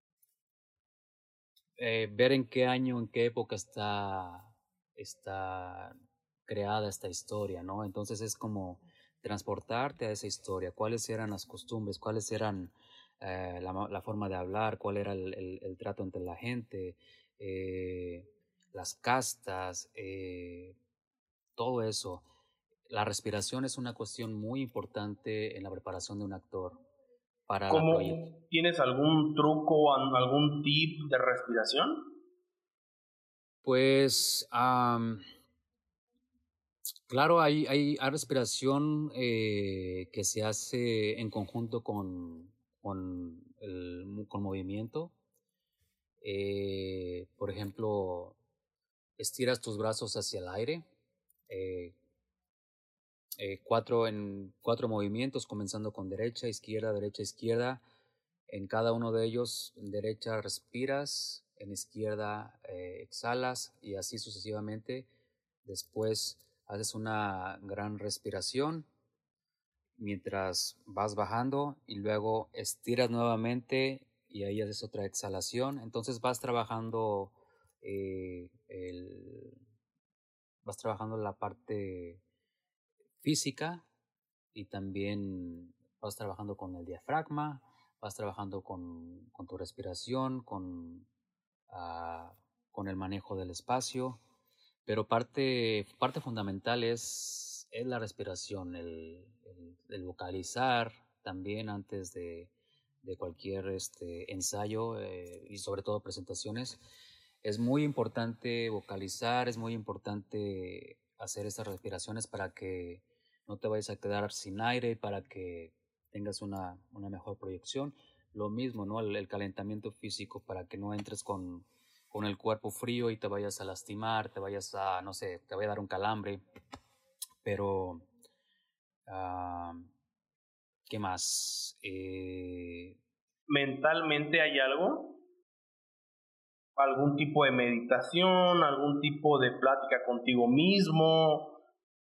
eh, ver en qué año, en qué época está, está creada esta historia, ¿no? Entonces es como transportarte a esa historia, cuáles eran las costumbres, cuáles eran eh, la, la forma de hablar, cuál era el, el, el trato entre la gente, eh, las castas, eh, todo eso. La respiración es una cuestión muy importante en la preparación de un actor para la proyección. ¿Cómo tienes algún truco, algún tip de respiración? Pues, um, claro, hay, hay, hay respiración eh, que se hace en conjunto con, con, el, con movimiento. Eh, por ejemplo, estiras tus brazos hacia el aire. Eh, eh, cuatro, en cuatro movimientos, comenzando con derecha, izquierda, derecha, izquierda. En cada uno de ellos, en derecha respiras, en izquierda eh, exhalas y así sucesivamente. Después haces una gran respiración mientras vas bajando y luego estiras nuevamente y ahí haces otra exhalación. Entonces vas trabajando eh, el, vas trabajando la parte física y también vas trabajando con el diafragma, vas trabajando con, con tu respiración, con, uh, con el manejo del espacio, pero parte, parte fundamental es, es la respiración, el, el, el vocalizar también antes de, de cualquier este, ensayo eh, y sobre todo presentaciones. Es muy importante vocalizar, es muy importante hacer estas respiraciones para que no te vayas a quedar sin aire, para que tengas una, una mejor proyección. Lo mismo, ¿no? El, el calentamiento físico para que no entres con, con el cuerpo frío y te vayas a lastimar, te vayas a, no sé, te vaya a dar un calambre. Pero, uh, ¿qué más? Eh... ¿Mentalmente hay algo? ¿Algún tipo de meditación? ¿Algún tipo de plática contigo mismo?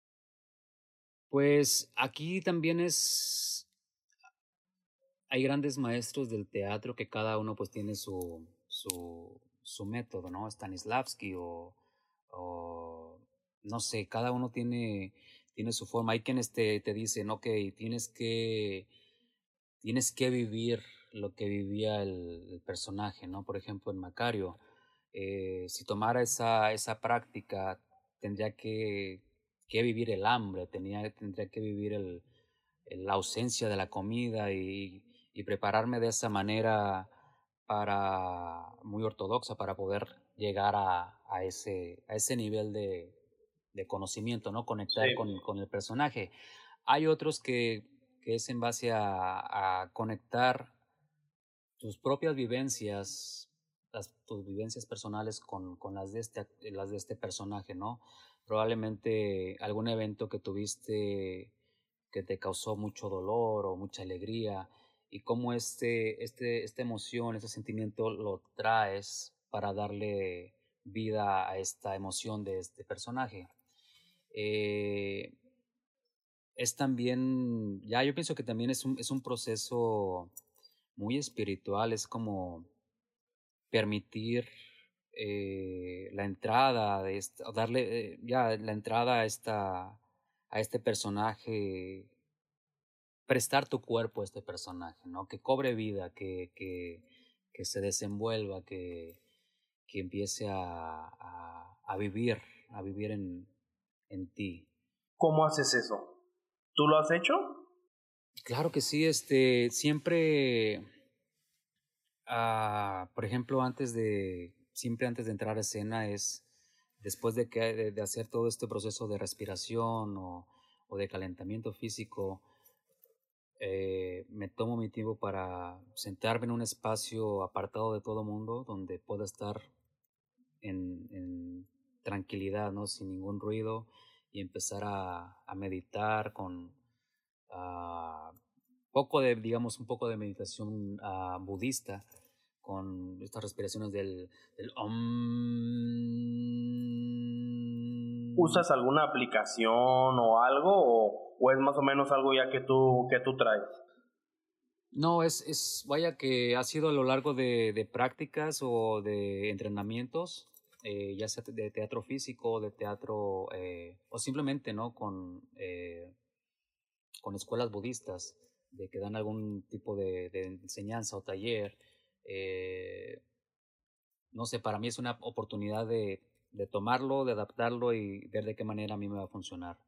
Pues aquí también es... Hay grandes maestros del teatro que cada uno pues tiene su, su, su método, ¿no? Stanislavski o, o no sé, cada uno tiene, tiene su forma. Hay quienes te, te dicen, ok, tienes que, tienes que vivir lo que vivía el, el personaje, ¿no? Por ejemplo, en Macario, eh, si tomara esa, esa práctica, tendría que, que vivir el hambre, tenía, tendría que vivir el, la ausencia de la comida y, y prepararme de esa manera para muy ortodoxa para poder llegar a, a, ese, a ese nivel de, de conocimiento, ¿no? Conectar Sí. con, con el personaje. Hay otros que, que es en base a, a conectar tus propias vivencias, las, tus vivencias personales con, con las, de este, las de este personaje, ¿no? Probablemente algún evento que tuviste que te causó mucho dolor o mucha alegría y cómo este, este, esta emoción, este sentimiento lo traes para darle vida a esta emoción de este personaje. Eh, es también, ya yo pienso que también es un, es un proceso muy espiritual, es como permitir eh, la entrada de esta, darle eh, ya la entrada a esta, a este personaje, prestar tu cuerpo a este personaje, ¿no? Que cobre vida, que, que, que se desenvuelva, que, que empiece a, a, a vivir, a vivir en, en ti. ¿Cómo haces eso? ¿Tú lo has hecho? Claro que sí, este, siempre, uh, por ejemplo, antes de, siempre antes de entrar a escena es, después de, que, de, de hacer todo este proceso de respiración o, o de calentamiento físico, eh, me tomo mi tiempo para sentarme en un espacio apartado de todo mundo donde pueda estar en, en tranquilidad, ¿no? Sin ningún ruido y empezar a, a meditar con ah, poco de, digamos, un poco de meditación ah, budista con estas respiraciones del, del om. ¿Usas alguna aplicación o algo o, o es más o menos algo ya que tú, que tú traes? No, es, es, vaya que ha sido a lo largo de, de prácticas o de entrenamientos, eh, ya sea de teatro físico, de teatro, eh, o simplemente, ¿no? Con, eh, con escuelas budistas, de que dan algún tipo de, de enseñanza o taller. Eh, no sé, para mí es una oportunidad de, de tomarlo, de adaptarlo y ver de qué manera a mí me va a funcionar.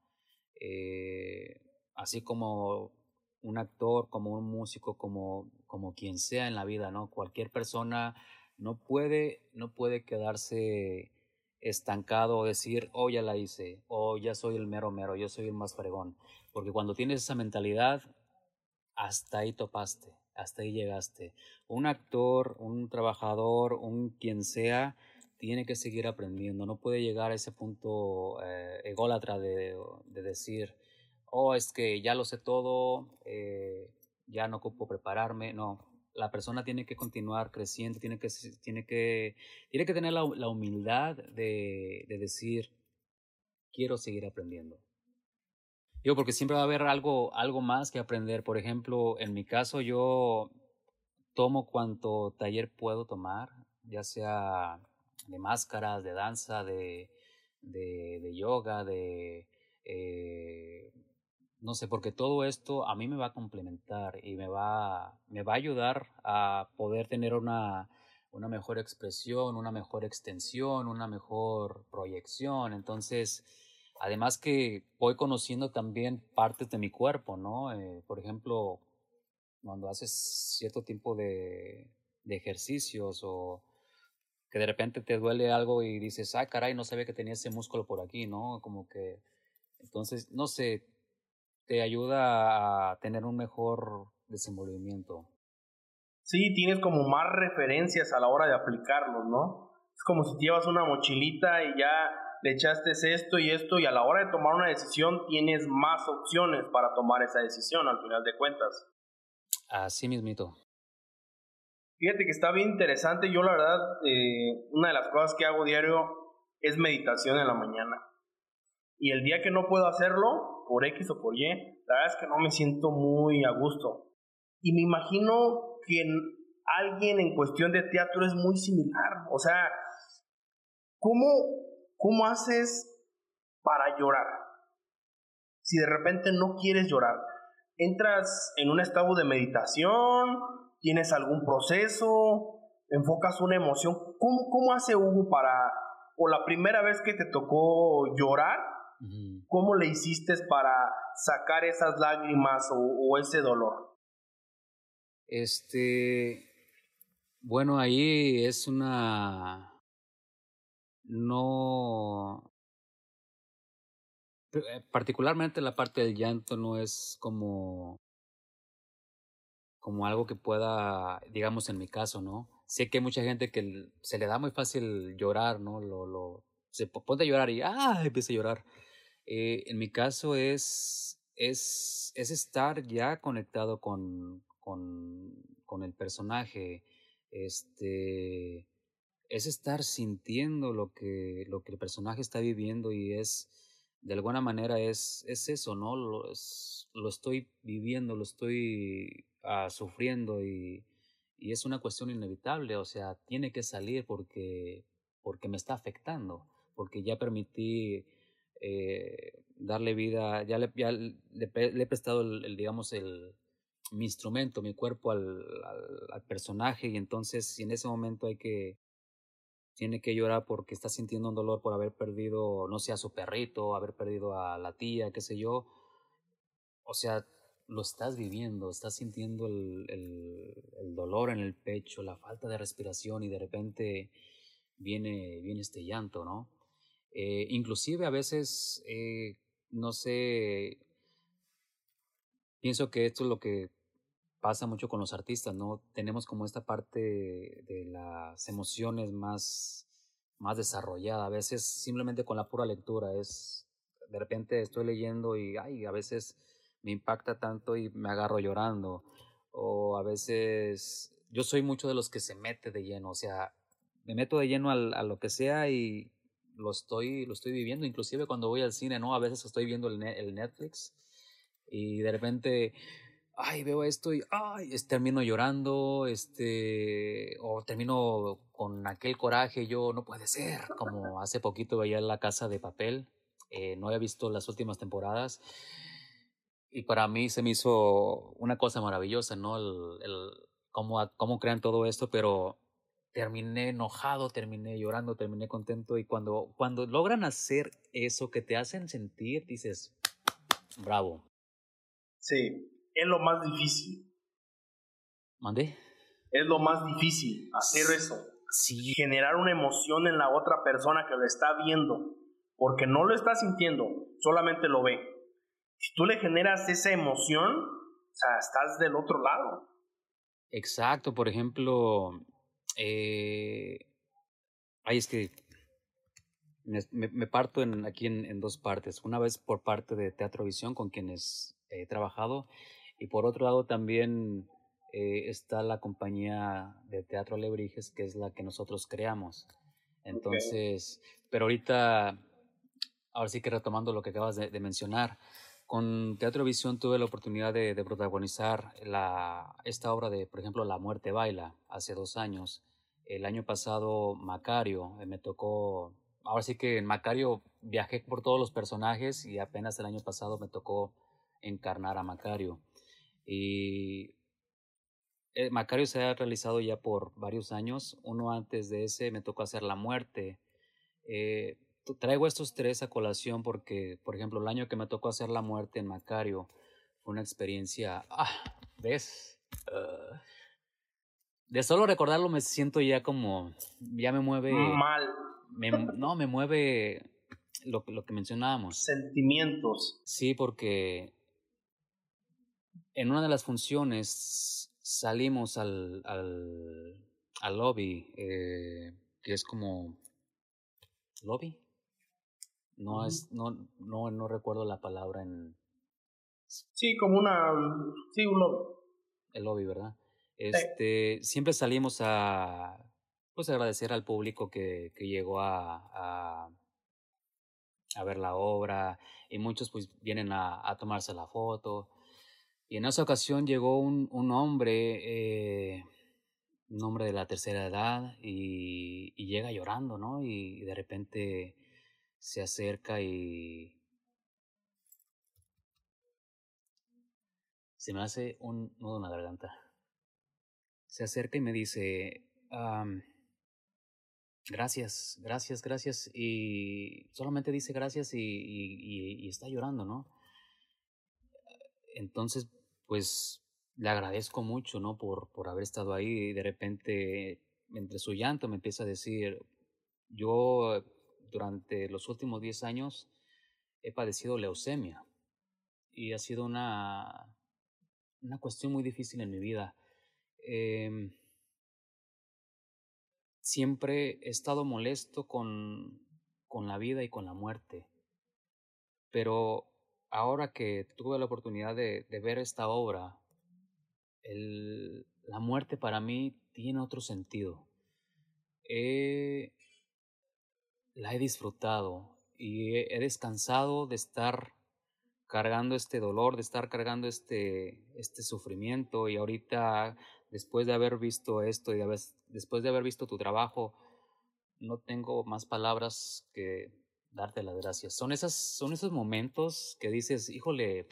Eh, Así como un actor, como un músico, como, como quien sea en la vida, ¿no? Cualquier persona no puede, no puede quedarse estancado o decir, oh, ya la hice, o ya soy el mero mero, yo soy el más fregón. Porque cuando tienes esa mentalidad, hasta ahí topaste, hasta ahí llegaste. Un actor, un trabajador, un quien sea, tiene que seguir aprendiendo. No puede llegar a ese punto eh, ególatra de, de decir, oh, es que ya lo sé todo, eh, ya no ocupo prepararme. No, la persona tiene que continuar creciendo, tiene que, tiene que, tiene que tener la, la humildad de, de decir, quiero seguir aprendiendo. Digo, porque siempre va a haber algo, algo más que aprender. Por ejemplo, en mi caso, yo tomo cuanto taller puedo tomar, ya sea de máscaras, de danza, de, de, de yoga, de... eh, no sé, porque todo esto a mí me va a complementar y me va, me va a ayudar a poder tener una, una mejor expresión, una mejor extensión, una mejor proyección. Entonces, además que voy conociendo también partes de mi cuerpo, ¿no? Eh, por ejemplo, cuando haces cierto tipo de, de ejercicios o que de repente te duele algo y dices, ah, caray, no sabía que tenía ese músculo por aquí, ¿no? Como que, entonces, no sé, te ayuda a tener un mejor desenvolvimiento. Sí, tienes como más referencias a la hora de aplicarlos, ¿no? Es como si llevas una mochilita y ya le echaste esto y esto y a la hora de tomar una decisión tienes más opciones para tomar esa decisión al final de cuentas. Así mismito. Fíjate que está bien interesante. Yo la verdad, eh, una de las cosas que hago diario es meditación en la mañana. Y el día que no puedo hacerlo, por X o por Y, la verdad es que no me siento muy a gusto. Y me imagino que en alguien en cuestión de teatro es muy similar. O sea, ¿cómo, cómo haces para llorar? Si de repente no quieres llorar, ¿entras en un estado de meditación? ¿Tienes algún proceso? ¿Enfocas una emoción? ¿Cómo, cómo hace Hugo para, o la primera vez que te tocó llorar, Uh-huh. cómo le hiciste para sacar esas lágrimas o, o ese dolor? Este, bueno, ahí es una, no, eh, particularmente la parte del llanto no es como, como algo que pueda, digamos en mi caso, ¿no? Sé que hay mucha gente que l- se le da muy fácil llorar, ¿no? Lo, lo, se po- pone a llorar y ¡ah! Empieza a llorar. Eh, en mi caso es, es, es estar ya conectado con, con, con el personaje, este, es estar sintiendo lo que, lo que el personaje está viviendo y es, de alguna manera es, es eso, ¿no? Lo, es- lo estoy viviendo, lo estoy ah, sufriendo y, y es una cuestión inevitable, o sea, tiene que salir porque, porque me está afectando, porque ya permití eh, darle vida, ya le, ya le, le he prestado, el, el, digamos, el, mi instrumento, mi cuerpo al, al, al personaje y entonces si en ese momento hay que tiene que llorar porque está sintiendo un dolor por haber perdido, no sé, a su perrito, haber perdido a la tía, qué sé yo. O sea, lo estás viviendo, estás sintiendo el, el, el dolor en el pecho, la falta de respiración y de repente viene, viene este llanto, ¿no? Eh, inclusive a veces, eh, no sé, pienso que esto es lo que pasa mucho con los artistas, ¿no? Tenemos como esta parte de las emociones más, más desarrollada. A veces simplemente con la pura lectura es, de repente estoy leyendo y, ay, a veces me impacta tanto y me agarro llorando. O a veces yo soy mucho de los que se mete de lleno, o sea, me meto de lleno al, a lo que sea y lo estoy, lo estoy viviendo. Inclusive cuando voy al cine, ¿no? A veces estoy viendo el, ne- el Netflix y de repente ay, veo esto y ay, es- termino llorando, este, o termino con aquel coraje, yo no puede ser, como hace poquito veía La Casa de Papel, eh, no había visto las últimas temporadas y para mí se me hizo una cosa maravillosa, ¿no? El, el cómo, a- cómo crean todo esto, pero terminé enojado, terminé llorando, terminé contento y cuando, cuando logran hacer eso que te hacen sentir, dices, bravo, Sí, es lo más difícil. ¿mandé? Es lo más difícil hacer eso. Sí, Generar una emoción en la otra persona que lo está viendo. Porque no lo está sintiendo, solamente lo ve. Si tú le generas esa emoción, o sea, estás del otro lado. exacto, por ejemplo, eh, ay, es que me, me- me parto en, aquí en, en dos partes. Una vez por parte de Teatro Visión, con quienes he trabajado, y por otro lado también eh, está la compañía de Teatro Alebrijes, que es la que nosotros creamos. Okay. Entonces, pero ahorita, ahora sí que retomando lo que acabas de, de mencionar, con Teatro Visión tuve la oportunidad de, de protagonizar la, esta obra de, por ejemplo, La Muerte Baila, hace dos años. El año pasado, Macario, eh, me tocó, ahora sí que en Macario viajé por todos los personajes y apenas el año pasado me tocó encarnar a Macario. Y eh, Macario se ha realizado ya por varios años. Uno antes de ese me tocó hacer La Muerte. Eh, tu- traigo estos tres a colación porque, por ejemplo, el año que me tocó hacer La Muerte en Macario fue una experiencia, ah, ¿ves? Ah, de solo recordarlo me siento ya como, ya me mueve, Mal. me, no, me mueve lo, que- lo que mencionábamos. Sentimientos. Sí, porque en una de las funciones salimos al, al, al lobby, eh, que es como, ¿lobby? No Uh-huh. es, no, no, no recuerdo la palabra en Sí, como una... Sí, un lobo. el lobby, ¿verdad? Sí. Este, siempre salimos a, pues, agradecer al público que, que llegó a, a, a ver la obra y muchos pues vienen a, a tomarse la foto. Y en esa ocasión llegó un, un hombre, eh, un hombre de la tercera edad y, y llega llorando, ¿no? Y, y de repente se acerca y se me hace un nudo en la garganta. Se acerca y me dice, "Am, gracias, gracias, gracias". Y solamente dice gracias y, y, y- y está llorando, ¿no? Entonces, pues le agradezco mucho, ¿no? Por, por haber estado ahí y de repente, entre su llanto, me empieza a decir, yo durante los últimos diez años he padecido leucemia y ha sido una, una cuestión muy difícil en mi vida. Em, Siempre he estado molesto con, con la vida y con la muerte, pero ahora que tuve la oportunidad de, de ver esta obra, el, la muerte para mí tiene otro sentido. He- la he disfrutado y he, he descansado de estar cargando este dolor, de estar cargando este, este sufrimiento y ahorita, después de haber visto esto y de haber- después de haber visto tu trabajo, no tengo más palabras que darte las gracias. Son esas, son esos momentos que dices, híjole,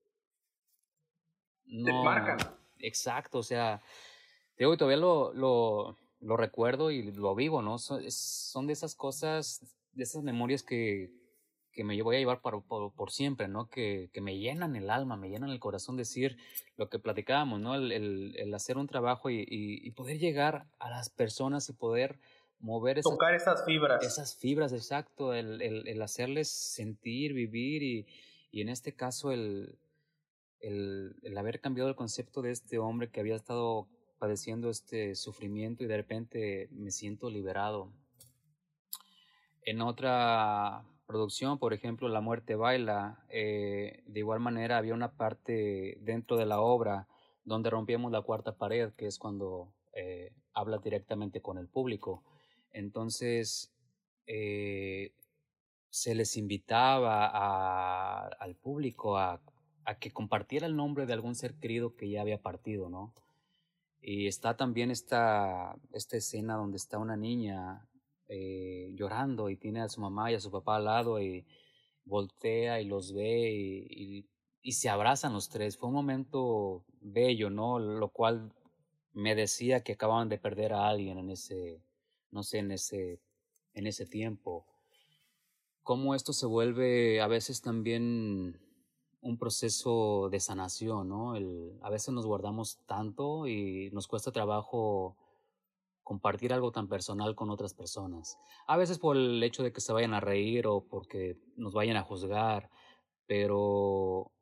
Te marcan. no, exacto, o sea, te digo, y todavía lo, lo, lo recuerdo y lo vivo, ¿no? Son, es- son de esas cosas, de esas memorias que, que me voy a llevar para, por, por siempre, ¿no? Que, que me llenan el alma, me llenan el corazón decir lo que platicábamos, ¿no? El, el, el hacer un trabajo y, y, y poder llegar a las personas y poder mover esas Tocar esas fibras. esas fibras, exacto, el, el, el hacerles sentir, vivir y, y en este caso el, el, el haber cambiado el concepto de este hombre que había estado padeciendo este sufrimiento y de repente me siento liberado. En otra producción, por ejemplo, La muerte baila, eh, de igual manera había una parte dentro de la obra donde rompíamos la cuarta pared, que es cuando eh, hablas directamente con el público. Entonces, eh, se les invitaba a- al público a, a que compartiera el nombre de algún ser querido que ya había partido, ¿no? Y está también esta, esta escena donde está una niña eh, llorando y tiene a su mamá y a su papá al lado y voltea y los ve y, y, y se abrazan los tres. Fue un momento bello, ¿no? Lo cual me decía que acababan de perder a alguien en ese, no sé, en ese, en ese tiempo. Cómo esto se vuelve a veces también un proceso de sanación, ¿no? El, a veces nos guardamos tanto y nos cuesta trabajo compartir algo tan personal con otras personas. A veces por el hecho de que se vayan a reír o porque nos vayan a juzgar, pero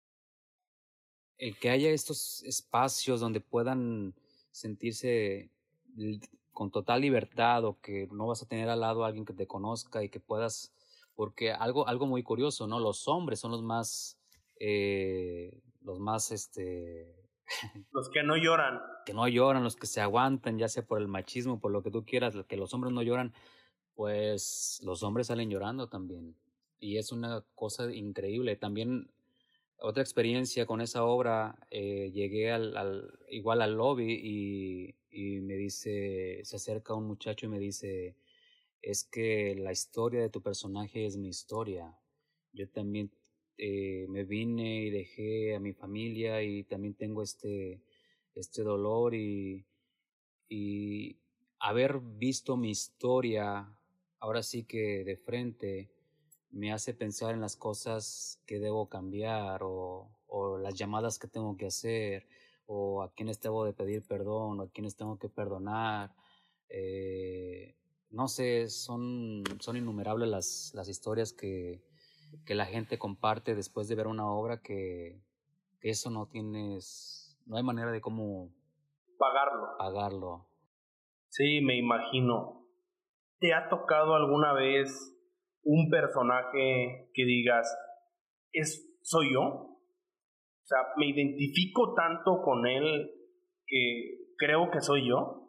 el que haya estos espacios donde puedan sentirse li- con total libertad o que no vas a tener al lado a alguien que te conozca y que puedas, porque algo, algo muy curioso, ¿no? Los hombres son los más, eh, los más, este, Los que no lloran. que no lloran, los que se aguantan, ya sea por el machismo, por lo que tú quieras, que los hombres no lloran, pues los hombres salen llorando también. Y es una cosa increíble. También otra experiencia con esa obra, eh, llegué al, al, igual al lobby y, y me dice, se acerca un muchacho y me dice, es que la historia de tu personaje es mi historia. Yo también eh, me vine y dejé a mi familia y también tengo este, este dolor y, y haber visto mi historia ahora sí que de frente me hace pensar en las cosas que debo cambiar o, o las llamadas que tengo que hacer o a quienes debo de pedir perdón o a quienes tengo que perdonar. Eh, no sé, son, son innumerables las, las historias que, que la gente comparte después de ver una obra que, que eso no tienes, no hay manera de cómo Pagarlo. pagarlo. Sí, me imagino. ¿Te ha tocado alguna vez un personaje que digas, es, soy yo? O sea, me identifico tanto con él que creo que soy yo.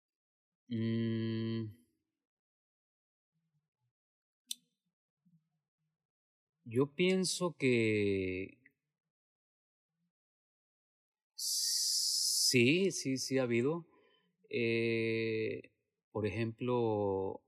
Mm, yo pienso que sí, sí, sí ha habido. Eh, por ejemplo,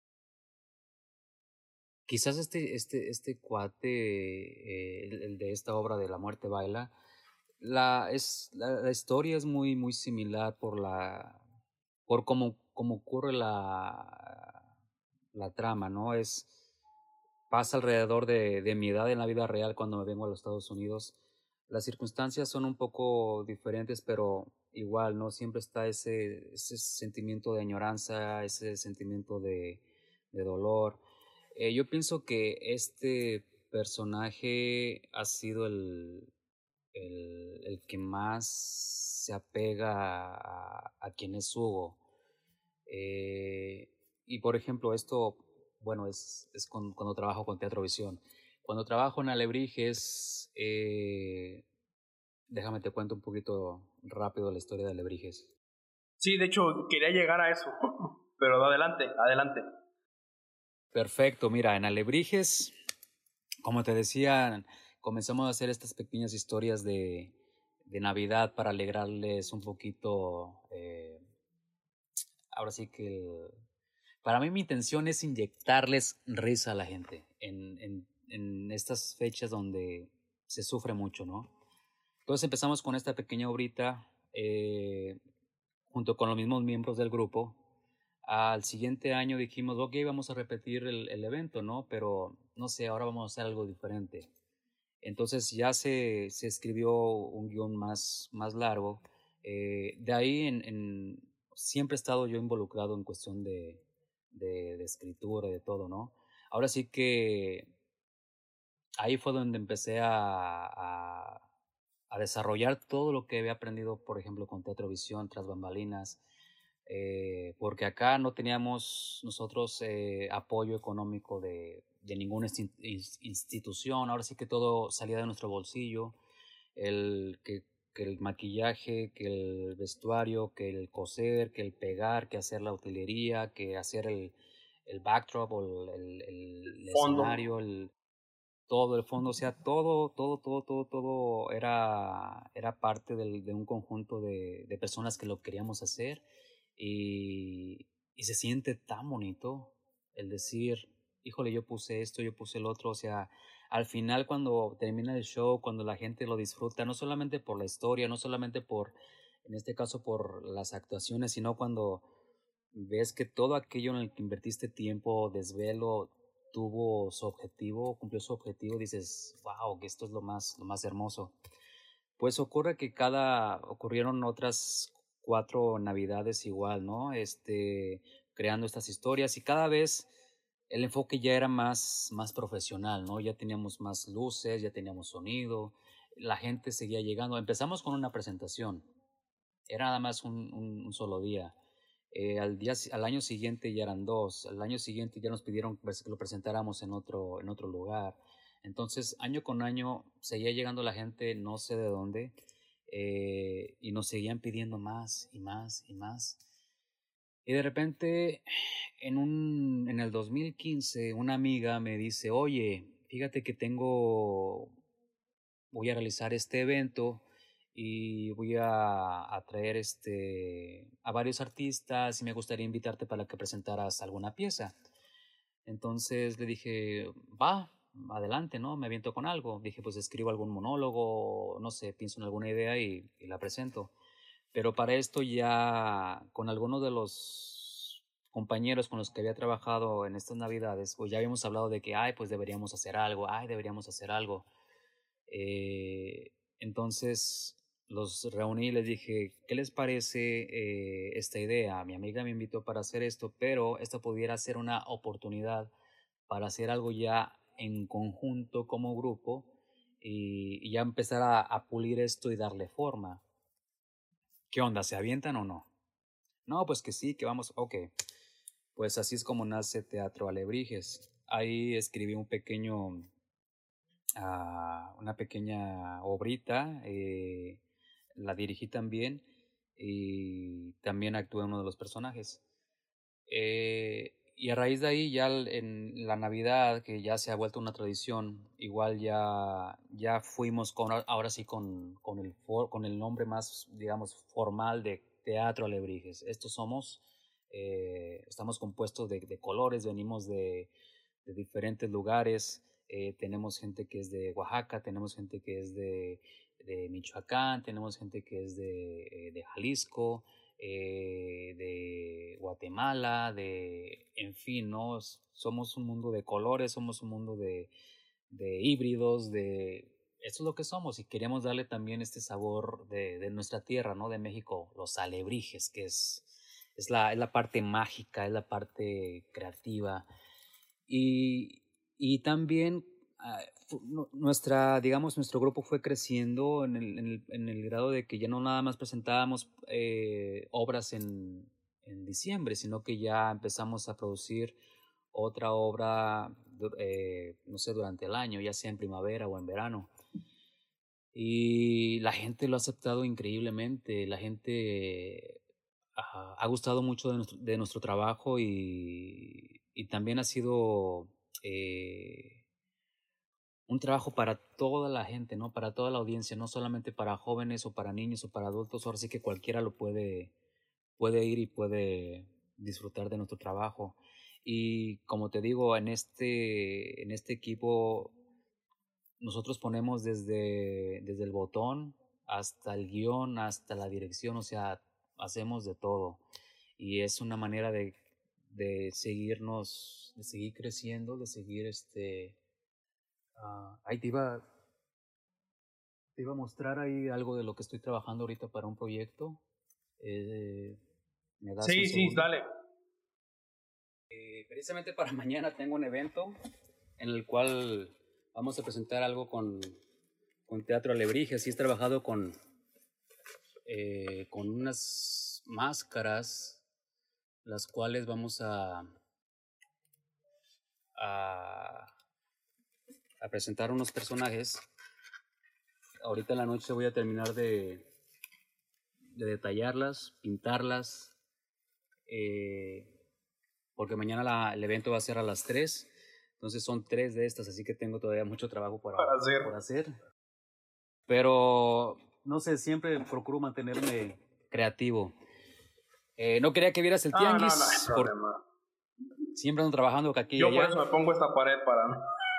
quizás este, este, este cuate, eh, el, el de esta obra de La muerte baila, la, es, la, la historia es muy, muy similar por la, por cómo, cómo ocurre la, la trama, ¿no? Es, pasa alrededor de, de mi edad en la vida real cuando me vengo a los Estados Unidos. Las circunstancias son un poco diferentes, pero igual, ¿no? Siempre está ese, ese sentimiento de añoranza, ese sentimiento de, de dolor. Eh, yo pienso que este personaje ha sido el, el, el que más se apega a, a quien es Hugo. Eh, y por ejemplo, esto, bueno, es, es con, cuando trabajo con Teatro Visión. Cuando trabajo en Alebrijes, eh, déjame te cuento un poquito rápido la historia de Alebrijes. Sí, de hecho, quería llegar a eso. Pero adelante, adelante. Perfecto, mira, en Alebrijes, como te decía, comenzamos a hacer estas pequeñas historias de, de Navidad para alegrarles un poquito. Eh, ahora sí que el, para mí mi intención es inyectarles risa a la gente en, en, en estas fechas donde se sufre mucho, ¿no? Entonces empezamos con esta pequeña obrita eh, junto con los mismos miembros del grupo. Al siguiente año dijimos, ok, vamos a repetir el, el evento, ¿no? Pero no sé, ahora vamos a hacer algo diferente. Entonces ya se, se escribió un guión más, más largo. Eh, de ahí en, en, siempre he estado yo involucrado en cuestión de, de, de escritura y de todo, ¿no? Ahora sí que ahí fue donde empecé a, a, a desarrollar todo lo que había aprendido, por ejemplo, con Teatrovisión, Tras Bambalinas, eh, porque acá no teníamos nosotros eh, apoyo económico de, de ninguna institución, ahora sí que todo salía de nuestro bolsillo, el que, que el maquillaje, que el vestuario, que el coser, que el pegar, que hacer la utilería, que hacer el, el backdrop o el, el, el escenario, el, todo el fondo, o sea, todo, todo, todo, todo, todo era, era parte del, de un conjunto de, de personas que lo queríamos hacer y, y se siente tan bonito el decir, híjole, yo puse esto, yo puse el otro, o sea, al final cuando termina el show, cuando la gente lo disfruta, no solamente por la historia, no solamente por, en este caso, por las actuaciones, sino cuando ves que todo aquello en el que invertiste tiempo, desvelo, tuvo su objetivo, cumplió su objetivo, dices, wow, que esto es lo más, lo más hermoso. Pues ocurre que cada, ocurrieron otras cuatro navidades igual, ¿no? Este, creando estas historias y cada vez el enfoque ya era más, más profesional, ¿no? Ya teníamos más luces, ya teníamos sonido, la gente seguía llegando. Empezamos con una presentación, era nada más un, un, un solo día. Eh, al, día, al año siguiente ya eran dos, al año siguiente ya nos pidieron que lo presentáramos en otro, en otro lugar. Entonces, año con año seguía llegando la gente, no sé de dónde, eh, y nos seguían pidiendo más y más y más. Y de repente, en, un, en el dos mil quince, una amiga me dice, oye, fíjate que tengo, voy a realizar este evento y voy a, a traer este, a varios artistas y me gustaría invitarte para que presentaras alguna pieza. Entonces le dije, va, adelante, ¿no? Me aviento con algo. Dije, pues escribo algún monólogo, no sé, pienso en alguna idea y, y la presento. Pero para esto ya con algunos de los compañeros con los que había trabajado en estas navidades, pues ya habíamos hablado de que, ay, pues deberíamos hacer algo, ay, deberíamos hacer algo. Eh, entonces los reuní y les dije, ¿qué les parece eh, esta idea? Mi amiga me invitó para hacer esto, pero esto pudiera ser una oportunidad para hacer algo ya en conjunto como grupo y, y ya empezar a, a pulir esto y darle forma. ¿Qué onda? ¿Se avientan o no? No, pues que sí, que vamos, ok. Pues así es como nace Teatro Alebrijes. Ahí escribí un pequeño, uh, una pequeña obrita, eh, la dirigí también y también actué uno de los personajes. Eh, y a raíz de ahí ya en la Navidad, que ya se ha vuelto una tradición, igual ya, ya fuimos con, ahora sí con, con, el for, con el nombre más, digamos, formal de Teatro Alebrijes. Estos somos, eh, estamos compuestos de, de colores, venimos de, de diferentes lugares, eh, tenemos gente que es de Oaxaca, tenemos gente que es de, de Michoacán, tenemos gente que es de, de Jalisco, Eh, de Guatemala, de, en fin, ¿no? Somos un mundo de colores, somos un mundo de, de híbridos, de, eso es lo que somos y queremos darle también este sabor de, de nuestra tierra, ¿no? De México, los alebrijes, que es, es, la, es la parte mágica, es la parte creativa y, y también Uh, nuestra, digamos, nuestro grupo fue creciendo en el, en el, en el grado de que ya no nada más presentábamos eh, obras en, en diciembre, sino que ya empezamos a producir otra obra, eh, no sé, durante el año, ya sea en primavera o en verano. Y la gente lo ha aceptado increíblemente, la gente uh, ha gustado mucho de nuestro, de nuestro trabajo y, y también ha sido... Eh, un trabajo para toda la gente, ¿no? Para toda la audiencia, no solamente para jóvenes o para niños o para adultos, ahora sí que cualquiera lo puede, puede ir y puede disfrutar de nuestro trabajo. Y como te digo, en este, en este equipo nosotros ponemos desde, desde el botón hasta el guión, hasta la dirección, o sea, hacemos de todo. Y es una manera de, de seguirnos, de seguir creciendo, de seguir este... Uh, ahí te iba, te iba a mostrar ahí algo de lo que estoy trabajando ahorita para un proyecto. Eh, ¿me das sí, un sí, dale. Eh, precisamente para mañana tengo un evento en el cual vamos a presentar algo con, con Teatro Alebrijes y he trabajado con, eh, con unas máscaras, las cuales vamos a, a, a presentar unos personajes. Ahorita en la noche voy a terminar de, de detallarlas, pintarlas, eh, porque mañana la, el evento va a ser a las tres. Entonces son tres de estas, así que tengo todavía mucho trabajo para, para hacer. por hacer. Pero, no sé, siempre procuro mantenerme creativo. Eh, no quería que vieras el Ah, tianguis. no, no hay problema. Siempre ando trabajando aquí y Yo allá. por eso me pongo esta pared para...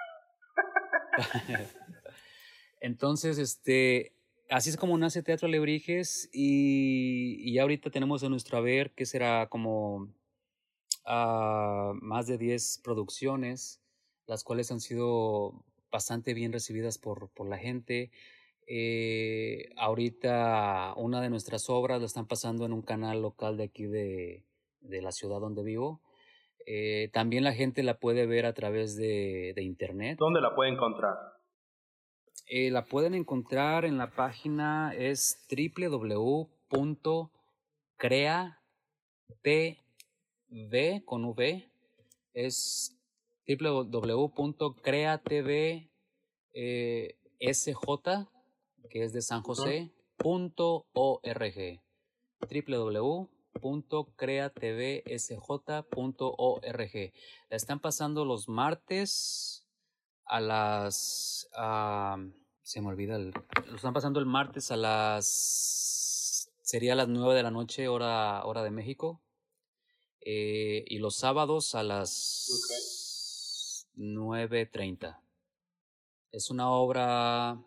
Entonces, este, así es como nace Teatro Alebrijes y, y ahorita tenemos en nuestro haber que será como uh, más de diez producciones, las cuales han sido bastante bien recibidas por, por la gente. Eh, ahorita una de nuestras obras la están pasando en un canal local de aquí de, de la ciudad donde vivo. Eh, también la gente la puede ver a través de, de internet. ¿Dónde la puede encontrar? Eh, la pueden encontrar en la página, es w w w punto crea t v con v, es w w w punto crea t v eh, s j, que es de San José, uh-huh. punto org, w w w punto crea t v s j punto org. La están pasando los martes a las... Uh, se me olvida, el, lo están pasando el martes a las... sería a las nueve de la noche, hora, hora de México. Eh, y los sábados a las okay. nueve treinta. Es una obra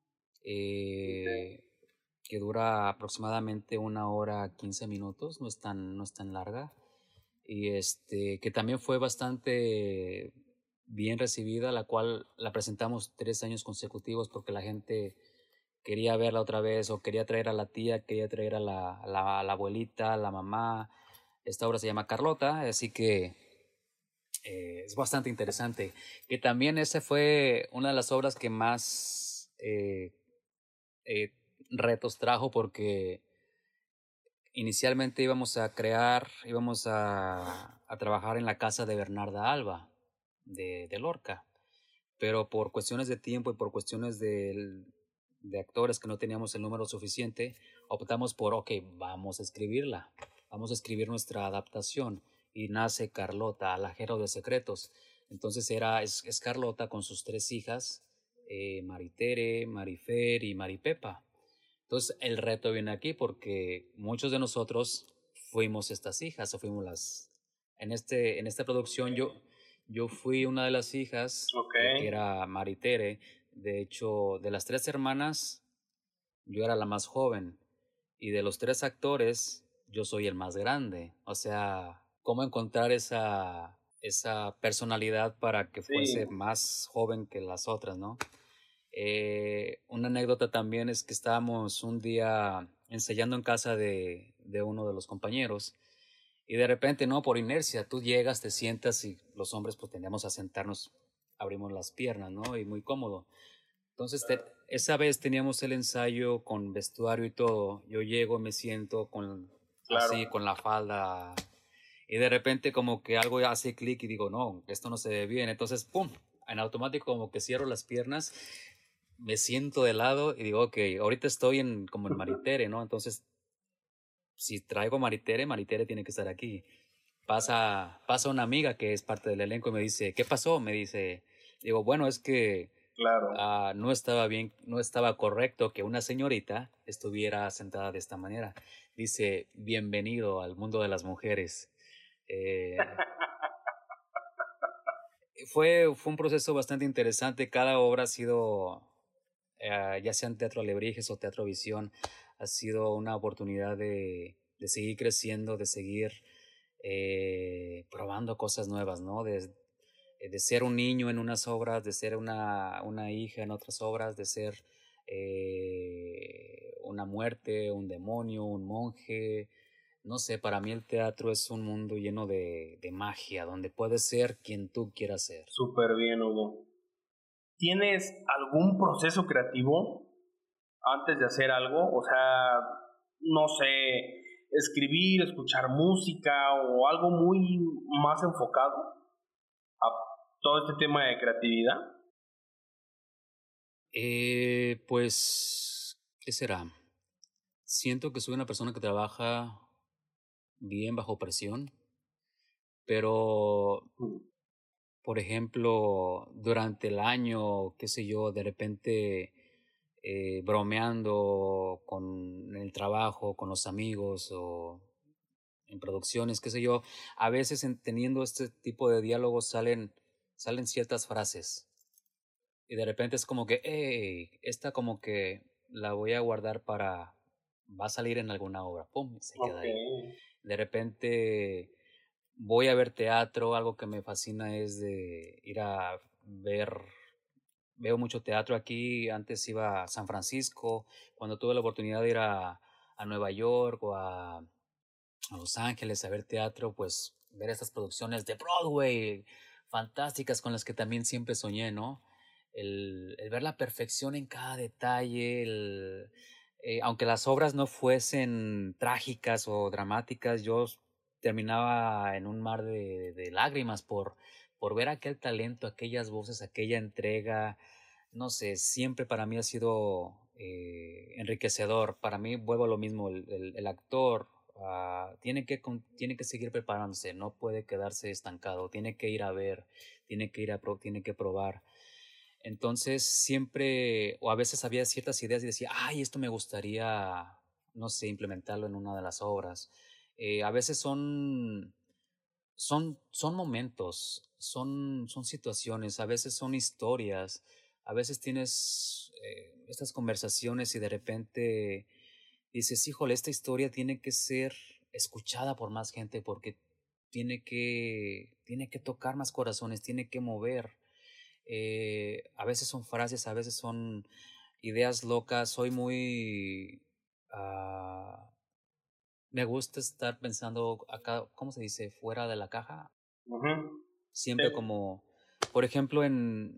eh, que dura aproximadamente una hora quince minutos, no es tan, no es tan larga. Y este, que también fue bastante bien recibida, la cual la presentamos tres años consecutivos porque la gente quería verla otra vez o quería traer a la tía, quería traer a la, a la, a la abuelita, a la mamá. Esta obra se llama Carlota, así que eh, es bastante interesante. Que también esa fue una de las obras que más eh, eh, retos trajo porque inicialmente íbamos a crear, íbamos a, a trabajar en la casa de Bernarda Alba, de, de Lorca, pero por cuestiones de tiempo y por cuestiones de, de actores que no teníamos el número suficiente, optamos por, ok, vamos a escribirla, vamos a escribir nuestra adaptación, y nace Carlota, Alajero de Secretos. Entonces era, es, es Carlota con sus tres hijas, eh, Maritere, Marifer y Maripepa. Entonces el reto viene aquí porque muchos de nosotros fuimos estas hijas o fuimos las... En, este, en esta producción yo, yo fui una de las hijas, okay. que era Maritere. De hecho, de las tres hermanas, yo era la más joven. Y de los tres actores, yo soy el más grande. O sea, ¿cómo encontrar esa, esa personalidad para que sí. fuese más joven que las otras, no? Eh, una anécdota también es que estábamos un día ensayando en casa de, de uno de los compañeros y de repente, no, por inercia, tú llegas, te sientas y los hombres pues tendemos a sentarnos, abrimos las piernas, ¿no? Y muy cómodo. Entonces, te, esa vez teníamos el ensayo con vestuario y todo. Yo llego, me siento con, claro. así, con la falda y de repente como que algo hace clic y digo, no, esto no se ve bien. Entonces, pum, en automático como que cierro las piernas, me siento de lado y digo, ok, ahorita estoy en, como en Maritere, ¿no? Entonces, si traigo Maritere, Maritere tiene que estar aquí. Pasa, pasa una amiga que es parte del elenco y me dice, ¿qué pasó? Me dice, digo, bueno, es que claro. uh, no estaba bien, no estaba correcto que una señorita estuviera sentada de esta manera. Dice, bienvenido al mundo de las mujeres. Eh, fue, fue un proceso bastante interesante. Cada obra ha sido... Uh, ya sea en Teatro Alebrijes o Teatro Visión, ha sido una oportunidad de, de seguir creciendo, de seguir eh, probando cosas nuevas, ¿no? De, de ser un niño en unas obras, de ser una, una hija en otras obras, de ser eh, una muerte, un demonio, un monje. No sé, para mí el teatro es un mundo lleno de, de magia, donde puedes ser quien tú quieras ser. Súper bien, Hugo. ¿tienes algún proceso creativo antes de hacer algo? O sea, no sé, escribir, escuchar música o algo muy más enfocado a todo este tema de creatividad. Eh, pues, ¿qué será? Siento que soy una persona que trabaja bien bajo presión, pero, por ejemplo, durante el año, qué sé yo, de repente eh, bromeando con el trabajo, con los amigos o en producciones, qué sé yo, a veces en, teniendo este tipo de diálogos salen, salen ciertas frases y de repente es como que, hey, esta como que la voy a guardar para, va a salir en alguna obra, pum, se queda Ok. ahí. De repente voy a ver teatro, algo que me fascina es de ir a ver, veo mucho teatro aquí, antes iba a San Francisco, cuando tuve la oportunidad de ir a, a Nueva York o a, a Los Ángeles a ver teatro, pues ver estas producciones de Broadway fantásticas con las que también siempre soñé, ¿no? El, el ver la perfección en cada detalle, el, eh, aunque las obras no fuesen trágicas o dramáticas, yo terminaba en un mar de, de lágrimas por, por ver aquel talento, aquellas voces, aquella entrega. No sé, siempre para mí ha sido eh, enriquecedor. Para mí, vuelvo a lo mismo, el, el, el actor uh, tiene, que, con, tiene que seguir preparándose, no puede quedarse estancado, tiene que ir a ver, tiene que ir a pro, tiene que probar. Entonces, siempre, o a veces había ciertas ideas y decía, ay, esto me gustaría, no sé, implementarlo en una de las obras. Eh, a veces son, son, son momentos, son, son situaciones, a veces son historias, a veces tienes eh, estas conversaciones y de repente dices, híjole, esta historia tiene que ser escuchada por más gente porque tiene que, tiene que tocar más corazones, tiene que mover. Eh, a veces son frases, a veces son ideas locas. Soy muy... Uh, me gusta estar pensando acá, ¿cómo se dice? Fuera de la caja. Uh-huh. Siempre Sí. como, por ejemplo, en,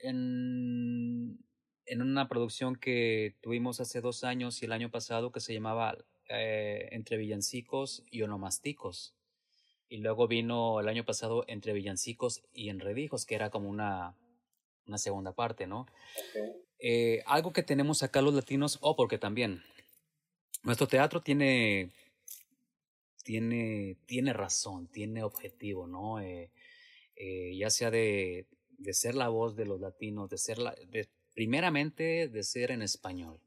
en, en una producción que tuvimos hace dos años y el año pasado que se llamaba eh, Entre Villancicos y Onomasticos. Y luego vino el año pasado Entre Villancicos y Enredijos, que era como una, una segunda parte, ¿no? Okay. Eh, algo que tenemos acá los latinos, o oh, porque también nuestro teatro tiene, tiene, tiene razón, tiene objetivo, ¿no? Eh, eh, ya sea de, de ser la voz de los latinos, de ser la, de, primeramente de ser en español,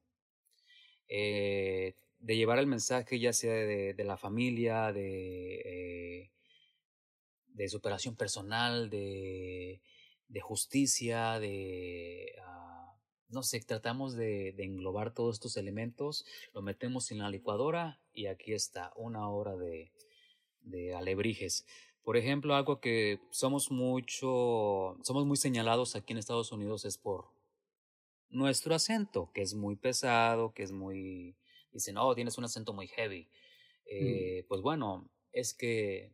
eh, de llevar el mensaje ya sea de, de la familia, de, eh, de superación personal, de, de justicia, de... Uh, no sé, tratamos de, de englobar todos estos elementos, lo metemos en la licuadora y aquí está una hora de, de alebrijes. Por ejemplo, algo que somos mucho, somos muy señalados aquí en Estados Unidos es por nuestro acento, que es muy pesado, que es muy, dicen, oh, tienes un acento muy heavy. Eh, mm. Pues bueno, es que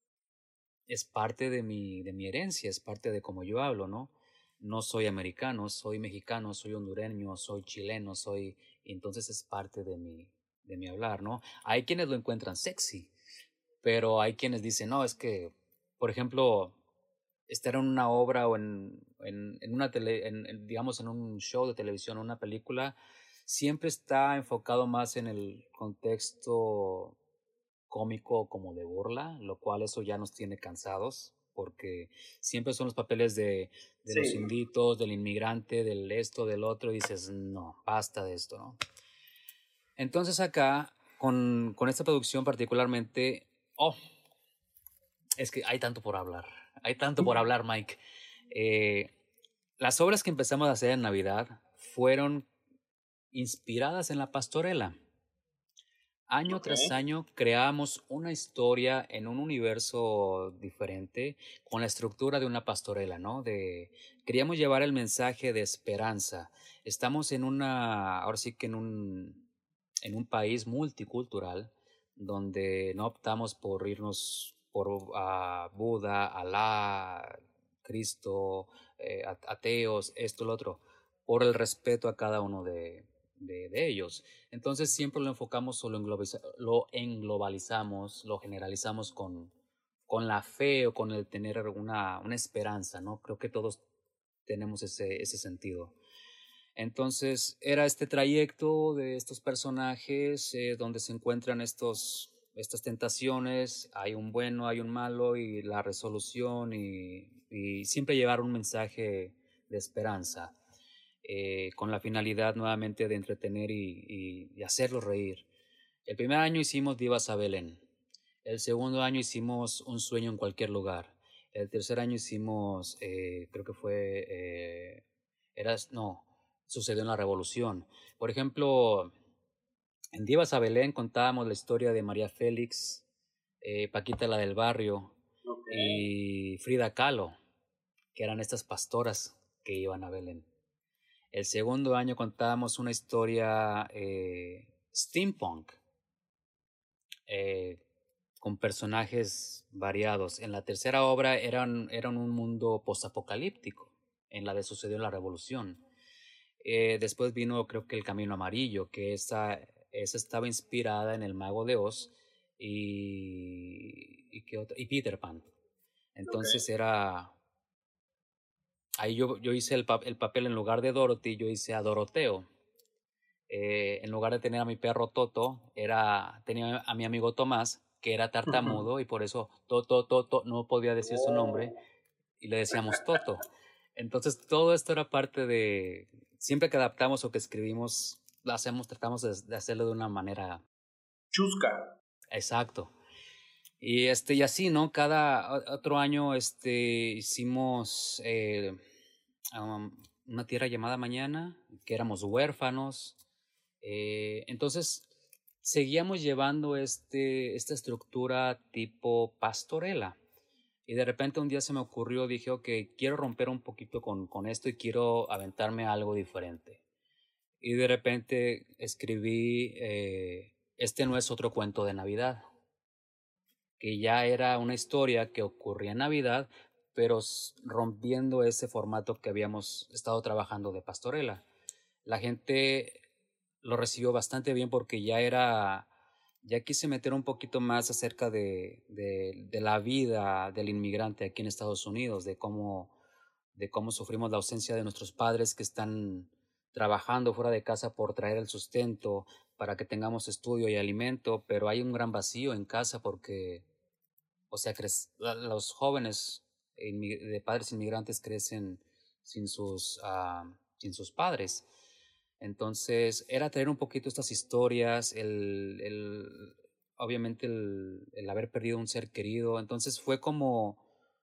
es parte de mi, de mi herencia, es parte de cómo yo hablo, ¿no? No soy americano, soy mexicano, soy hondureño, soy chileno, soy, entonces es parte de mi, de mi hablar, ¿no? Hay quienes lo encuentran sexy, pero hay quienes dicen, no, es que, por ejemplo, estar en una obra o en, en, en una tele, en, en, digamos, en un show de televisión o una película, siempre está enfocado más en el contexto cómico como de burla, lo cual eso ya nos tiene cansados, porque siempre son los papeles de, de sí. los inditos, del inmigrante, del esto, del otro, y dices, no, basta de esto, ¿no? Entonces acá, con, con esta producción particularmente, oh, es que hay tanto por hablar, hay tanto por hablar, Mike. Eh, las obras que empezamos a hacer en Navidad fueron inspiradas en la pastorela. Año okay. tras año creamos una historia en un universo diferente con la estructura de una pastorela, ¿no? De, queríamos llevar el mensaje de esperanza. Estamos en una, ahora sí que en un, en un país multicultural donde no optamos por irnos por uh, Buda, Alá, Cristo, eh, ateos, esto, lo otro, por el respeto a cada uno de, de, de ellos. Entonces siempre lo enfocamos o lo, englobaliza, lo englobalizamos, lo generalizamos con, con la fe o con el tener una, una esperanza, ¿no? Creo que todos tenemos ese, ese sentido. Entonces era este trayecto de estos personajes eh, donde se encuentran estos, estas tentaciones, hay un bueno, hay un malo y la resolución y, y siempre llevar un mensaje de esperanza eh, con la finalidad nuevamente de entretener y, y, y hacerlos reír. El primer año hicimos Divas a Belén, el segundo año hicimos Un sueño en cualquier lugar, el tercer año hicimos, eh, creo que fue, eh, eras, no, sucedió en la Revolución. Por ejemplo, en Divas a Belén contábamos la historia de María Félix, eh, Paquita la del barrio Okay. y Frida Kahlo, que eran estas pastoras que iban a Belén. El segundo año contábamos una historia eh, steampunk, eh, con personajes variados. En la tercera obra eran, eran un mundo postapocalíptico, en la de Sucedió en la Revolución. Eh, después vino, creo que El Camino Amarillo, que esa, esa estaba inspirada en El Mago de Oz y, y, ¿qué otra? Y Peter Pan. Okay. Entonces era... Ahí yo, yo hice el, pa el papel en lugar de Dorothy, yo hice a Doroteo. Eh, en lugar de tener a mi perro Toto, era, tenía a mi amigo Tomás, que era tartamudo y por eso Toto, Toto, no podía decir su nombre Oh. y le decíamos Toto. Entonces todo esto era parte de, siempre que adaptamos o que escribimos, lo hacemos, tratamos de, de hacerlo de una manera... Chusca. Exacto. Y, este, y así, ¿no? Cada otro año este, hicimos eh, um, Una tierra llamada Mañana, que éramos huérfanos. Eh, entonces, seguíamos llevando este, esta estructura tipo pastorela. Y de repente un día se me ocurrió, dije, ok, quiero romper un poquito con, con esto y quiero aventarme a algo diferente. Y de repente escribí, eh, este no es otro cuento de Navidad, que ya era una historia que ocurría en Navidad, pero rompiendo ese formato que habíamos estado trabajando de pastorela. La gente lo recibió bastante bien porque ya era, ya quise meter un poquito más acerca de, de, de la vida del inmigrante aquí en Estados Unidos, de cómo, de cómo sufrimos la ausencia de nuestros padres que están trabajando fuera de casa por traer el sustento para que tengamos estudio y alimento, pero hay un gran vacío en casa porque, o sea, los jóvenes de padres inmigrantes crecen sin sus, uh, sin sus padres. Entonces, era traer un poquito estas historias, el, el, obviamente el, el haber perdido un ser querido. Entonces fue como,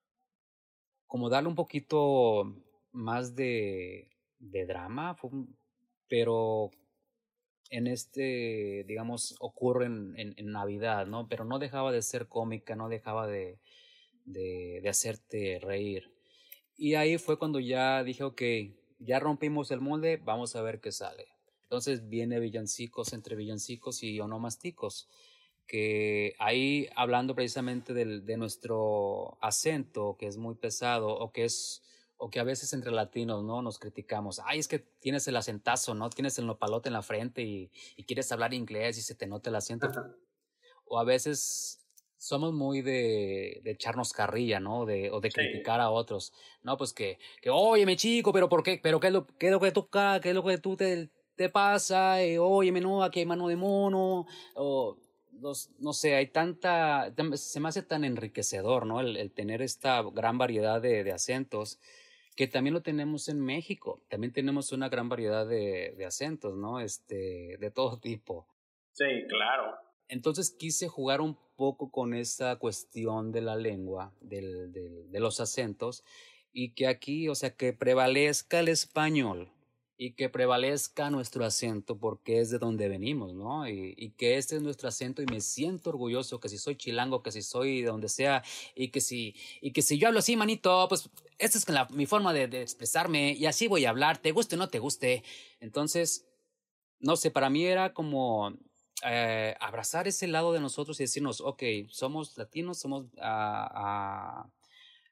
como darle un poquito más de, de drama, fue un, pero en este, digamos, ocurre en, en, en Navidad, ¿no? Pero no dejaba de ser cómica, no dejaba de, de, de hacerte reír. Y ahí fue cuando ya dije, ok, ya rompimos el molde, vamos a ver qué sale. Entonces viene villancicos entre villancicos y onomásticos, que ahí hablando precisamente del, de nuestro acento, que es muy pesado, o que es, o que a veces entre latinos, ¿no? Nos criticamos. Ay, es que tienes el acentazo, ¿no? Tienes el nopalote en la frente y, y quieres hablar inglés y se te nota el acento. O a veces somos muy de, de echarnos carrilla, ¿no? De, o de Sí. criticar a otros. No, pues que, que óyeme chico, pero ¿por qué? ¿Pero qué es lo, qué es lo que tú, qué es lo que tú te, te pasa? Y, óyeme, no, aquí hay mano de mono. O, los, no sé, hay tanta, se me hace tan enriquecedor, ¿no? El, el tener esta gran variedad de, de acentos, que también lo tenemos en México. También tenemos una gran variedad de, de acentos, ¿no? Este, de todo tipo. Sí, claro. Entonces quise jugar un poco con esa cuestión de la lengua, del, del, de los acentos, y que aquí, o sea, que prevalezca el español y que prevalezca nuestro acento porque es de donde venimos, ¿no? Y, y que este es nuestro acento y me siento orgulloso que si soy chilango, que si soy de donde sea y que si, y que si yo hablo así, manito, pues esta es la, mi forma de, de expresarme y así voy a hablar, te guste o no te guste. Entonces, no sé, para mí era como... Eh, abrazar ese lado de nosotros y decirnos, ok, somos latinos, somos uh, uh,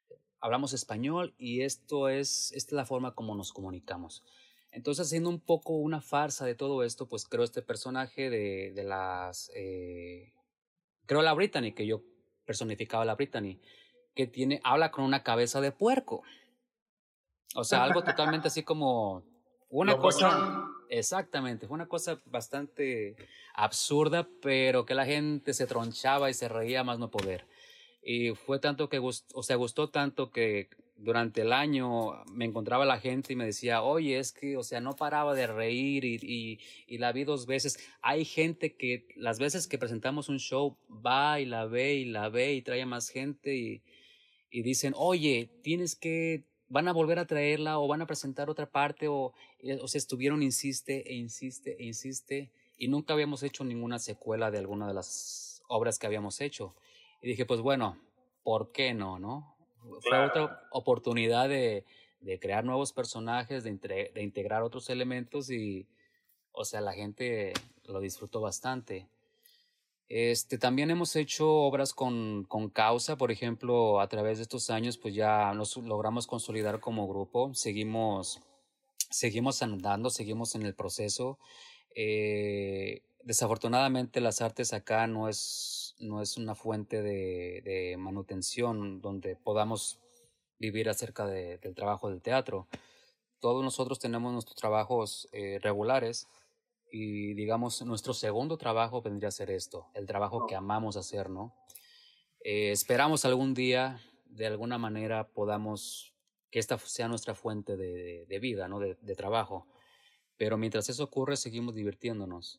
hablamos español y esto es, esta es la forma como nos comunicamos. Entonces, haciendo un poco una farsa de todo esto, pues creo este personaje de, de las... Eh, creo la Brittany, que yo personificaba a la Brittany, que tiene, habla con una cabeza de puerco. O sea, algo totalmente así como una cosa, Locochón. exactamente, fue una cosa bastante absurda, pero que la gente se tronchaba y se reía más no poder. Y fue tanto que, gust, o sea, gustó tanto que durante el año me encontraba la gente y me decía, oye, es que, o sea, no paraba de reír y, y, y la vi dos veces. Hay gente que las veces que presentamos un show va y la ve y la ve y trae más gente y, y dicen, oye, tienes que, van a volver a traerla o van a presentar otra parte o, o sea, estuvieron, insiste e insiste e insiste y nunca habíamos hecho ninguna secuela de alguna de las obras que habíamos hecho. Y dije, pues bueno, ¿por qué no, no? Fue Claro. otra oportunidad de, de crear nuevos personajes, de, entre, de integrar otros elementos y, o sea, la gente lo disfrutó bastante. Este, también hemos hecho obras con, con causa, por ejemplo, a través de estos años, pues ya nos logramos consolidar como grupo, seguimos, seguimos andando, seguimos en el proceso. Eh, desafortunadamente las artes acá no es, no es una fuente de, de manutención donde podamos vivir acerca de, del trabajo del teatro. Todos nosotros tenemos nuestros trabajos eh, regulares y digamos nuestro segundo trabajo vendría a ser esto, el trabajo que amamos hacer, ¿no? Eh, esperamos algún día de alguna manera podamos que esta sea nuestra fuente de, de, de vida, ¿no? De, de trabajo. Pero mientras eso ocurre seguimos divirtiéndonos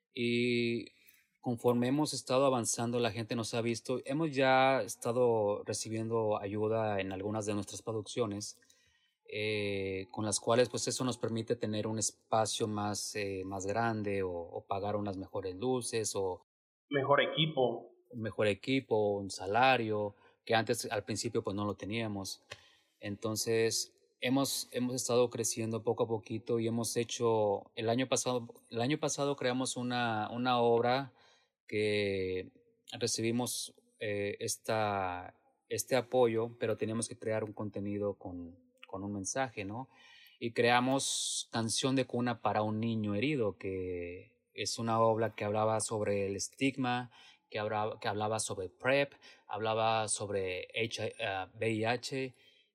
y conforme hemos estado avanzando la gente nos ha visto, hemos ya estado recibiendo ayuda en algunas de nuestras producciones. Eh, con las cuales pues eso nos permite tener un espacio más, eh, más grande o, o pagar unas mejores luces o Mejor equipo. un mejor equipo, un salario, que antes al principio pues no lo teníamos. Entonces hemos, hemos estado creciendo poco a poquito y hemos hecho, el año pasado, el año pasado creamos una, una obra que recibimos eh, esta, este apoyo, pero teníamos que crear un contenido con, con un mensaje, ¿no? Y creamos Canción de Cuna para un Niño Herido, que es una obra que hablaba sobre el estigma, que hablaba, que hablaba sobre PrEP, hablaba sobre H I, uh, V I H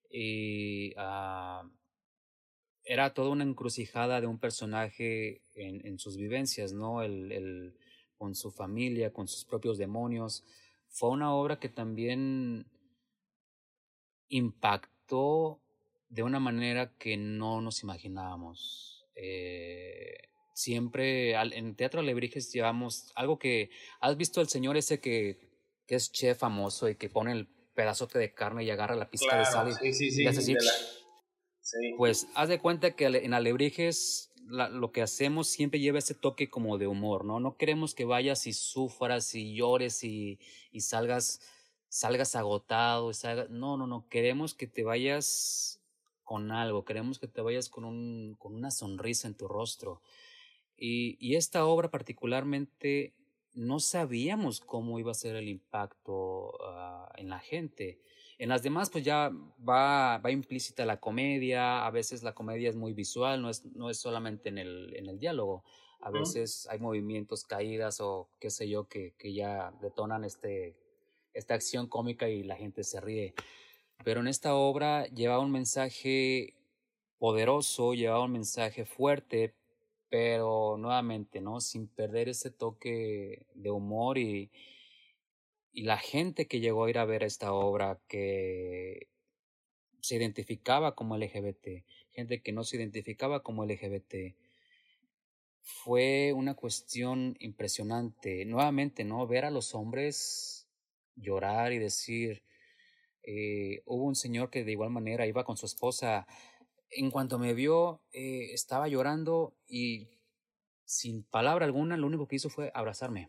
y uh, era toda una encrucijada de un personaje en, en sus vivencias, ¿no? El, el, con su familia, con sus propios demonios. Fue una obra que también impactó de una manera que no nos imaginábamos. Eh, siempre al, en Teatro Alebrijes llevamos algo que... ¿Has visto al señor ese que, que es chef famoso y que pone el pedazote de carne y agarra la pizca Claro, de sal y, sí, sí, sí, y hace así? de la, sí. Pues haz de cuenta que en Alebrijes la, lo que hacemos siempre lleva ese toque como de humor, ¿no? No queremos que vayas y sufras y llores y, y salgas, salgas agotado. Y salgas, no, no, no. Queremos que te vayas con algo. Queremos que te vayas con, un, con una sonrisa en tu rostro. Y, y esta obra particularmente no sabíamos cómo iba a ser el impacto uh, en la gente. En las demás, pues ya va, va implícita la comedia, a veces la comedia es muy visual, no es, no es solamente en el, en el diálogo. A Uh-huh. veces hay movimientos, caídas o qué sé yo, que, que ya detonan este, esta acción cómica y la gente se ríe. Pero en esta obra lleva un mensaje poderoso, lleva un mensaje fuerte, pero nuevamente, ¿no? Sin perder ese toque de humor y, y la gente que llegó a ir a ver esta obra que se identificaba como L G B T, gente que no se identificaba como L G B T, fue una cuestión impresionante. Nuevamente, ¿no? Ver a los hombres llorar y decir, eh, hubo un señor que de igual manera iba con su esposa, en cuanto me vio, eh, estaba llorando y sin palabra alguna, lo único que hizo fue abrazarme.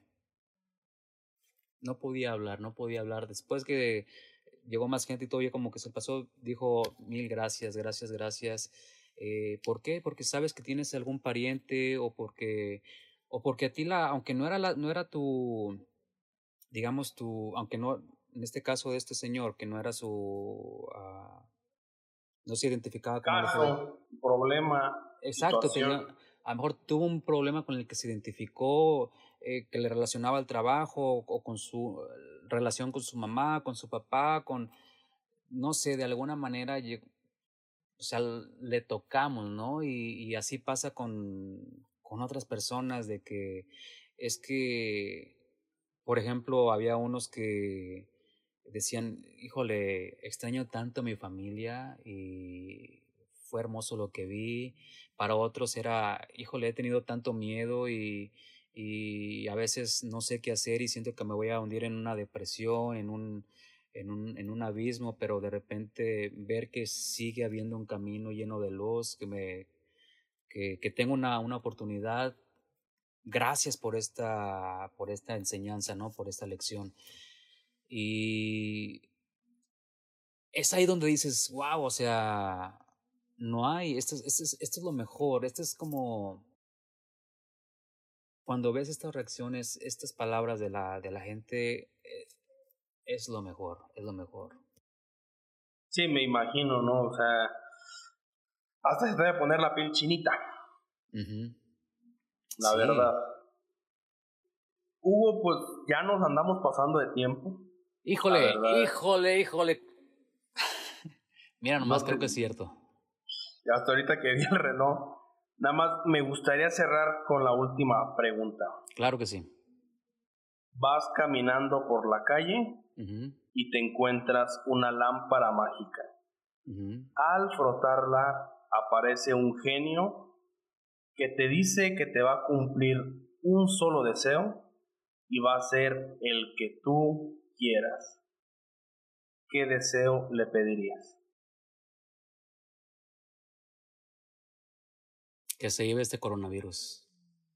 No podía hablar, no podía hablar. Después que llegó más gente y todo, ya como que se pasó, dijo mil gracias, gracias, gracias. Eh, ¿Por qué? Porque sabes que tienes algún pariente o porque, o porque a ti la, aunque no era la, no era tu, digamos tu, aunque no, en este caso de este señor, que no era su, uh, no se identificaba como caso, problema, exacto, situación. tenía, a lo mejor tuvo un problema con el que se identificó, eh, que le relacionaba al trabajo o con su eh, relación con su mamá, con su papá, con, no sé, de alguna manera, llegó, o sea, le tocamos, ¿no? Y, y así pasa con, con otras personas, de que es que, por ejemplo, había unos que decían, híjole, extraño tanto a mi familia y fue hermoso lo que vi. Para otros era, híjole, he tenido tanto miedo y, y a veces no sé qué hacer y siento que me voy a hundir en una depresión, en un, en un, en un abismo, pero de repente ver que sigue habiendo un camino lleno de luz, que me, que, que tengo una, una oportunidad. Gracias por esta, por esta enseñanza, ¿no? Por esta lección. Y es ahí donde dices, wow, o sea, no hay, esto, es- esto, es, esto es lo mejor, esto es como cuando ves estas reacciones, estas palabras de la, de la gente, eh, es lo mejor, es lo mejor. Sí, me imagino, ¿no? O sea, hasta se te debe poner la piel chinita, Uh-huh. la Sí, verdad. Hugo, pues ya nos andamos pasando de tiempo, la híjole, verdad. híjole, híjole. Mira, nomás No te, creo que es cierto. hasta ahorita que vi el reloj, nada más me gustaría cerrar con la última pregunta. Claro que sí. Vas caminando por la calle Uh-huh. y te encuentras una lámpara mágica. Uh-huh. Al frotarla aparece un genio que te dice que te va a cumplir un solo deseo y va a ser el que tú quieras. ¿Qué deseo le pedirías? Que se lleve este coronavirus.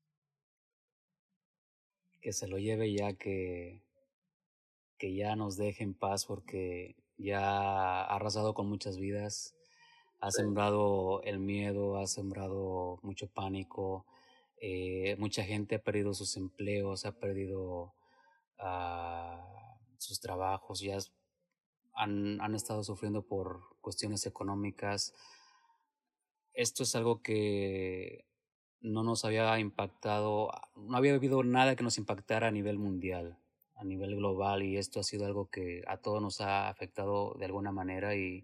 Que se lo lleve ya, que, que ya nos deje en paz porque ya ha arrasado con muchas vidas, ha Sí. sembrado el miedo, ha sembrado mucho pánico, eh, mucha gente ha perdido sus empleos, ha perdido uh, sus trabajos, ya han, han estado sufriendo por cuestiones económicas. Esto es algo que no nos había impactado, no había habido nada que nos impactara a nivel mundial, a nivel global, y esto ha sido algo que a todos nos ha afectado de alguna manera y,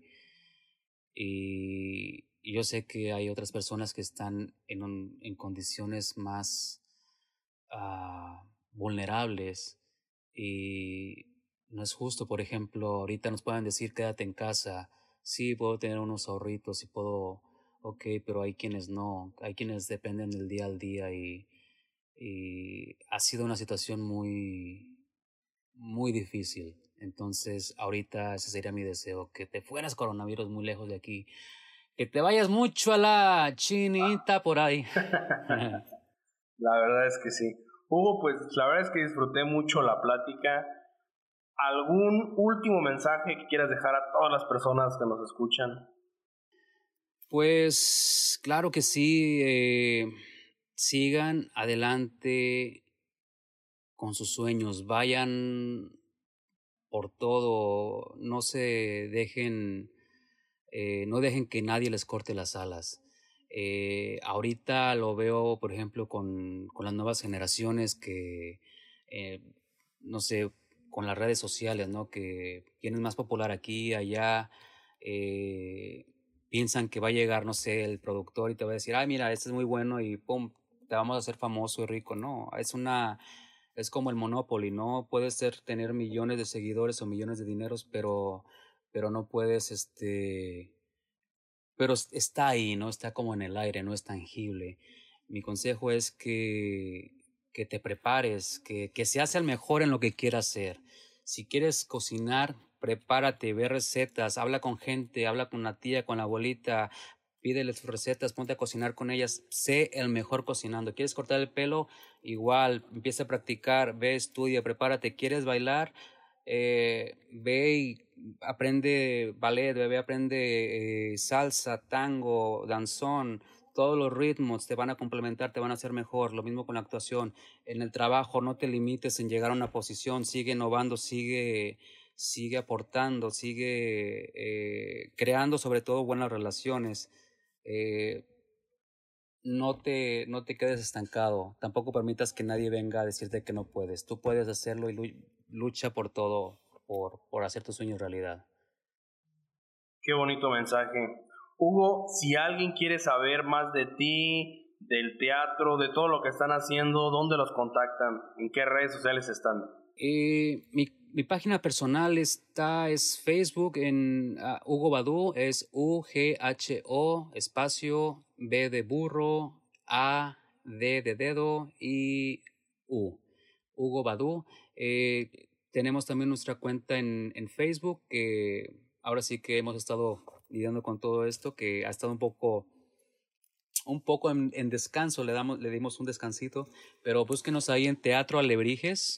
y, y yo sé que hay otras personas que están en, un, en condiciones más uh, vulnerables y no es justo. Por ejemplo, ahorita nos pueden decir quédate en casa, sí, puedo tener unos ahorritos y puedo, ok, pero hay quienes no, hay quienes dependen del día al día y, y ha sido una situación muy, muy difícil. Entonces, ahorita ese sería mi deseo, que te fueras coronavirus muy lejos de aquí, que te vayas mucho a la chinita por ahí. La verdad es que sí. Hugo, pues la verdad es que disfruté mucho la plática. ¿Algún último mensaje que quieras dejar a todas las personas que nos escuchan? Pues claro que sí, eh, sigan adelante con sus sueños, vayan por todo, no se dejen, eh, no dejen que nadie les corte las alas. Eh, ahorita lo veo, por ejemplo, con, con las nuevas generaciones que, eh, no sé, con las redes sociales, ¿no? Que quién es más popular aquí, allá, eh, piensan que va a llegar, no sé, el productor y te va a decir, ay, mira, este es muy bueno y pum, te vamos a hacer famoso y rico. No, es una, es como el Monopoly, ¿no? Puedes ser, tener millones de seguidores o millones de dineros, pero, pero no puedes, este, pero está ahí, ¿no? Está como en el aire, no es tangible. Mi consejo es que, que te prepares, que, que seas el mejor en lo que quieras hacer. Si quieres cocinar, prepárate, ve recetas, habla con gente, habla con la tía, con la abuelita, pídele sus recetas, ponte a cocinar con ellas, sé el mejor cocinando. ¿Quieres cortar el pelo? Igual, empieza a practicar, ve, estudia, prepárate. ¿Quieres bailar? Eh, ve y aprende ballet, ve, aprende eh, salsa, tango, danzón. Todos los ritmos te van a complementar, te van a hacer mejor. Lo mismo con la actuación. En el trabajo, no te limites en llegar a una posición, sigue innovando, sigue, sigue aportando, sigue eh, creando sobre todo buenas relaciones. Eh, no te, no te quedes estancado, tampoco permitas que nadie venga a decirte que no puedes. Tú puedes hacerlo y lucha por todo, por, por hacer tus sueños realidad. Qué bonito mensaje. Hugo, si alguien quiere saber más de ti, del teatro, de todo lo que están haciendo, ¿dónde los contactan? ¿En qué redes sociales están? Eh, mi, mi página personal está, es Facebook, en uh, Hugo Badu, es U G H O, espacio, B de burro, A, D de dedo y U, Hugo Badu. Eh, tenemos también nuestra cuenta en, en Facebook, que ahora sí que hemos estado lidiando con todo esto, que ha estado un poco... un poco en, en descanso, le, damos, le dimos un descansito, pero búsquenos ahí en Teatro Alebrijes.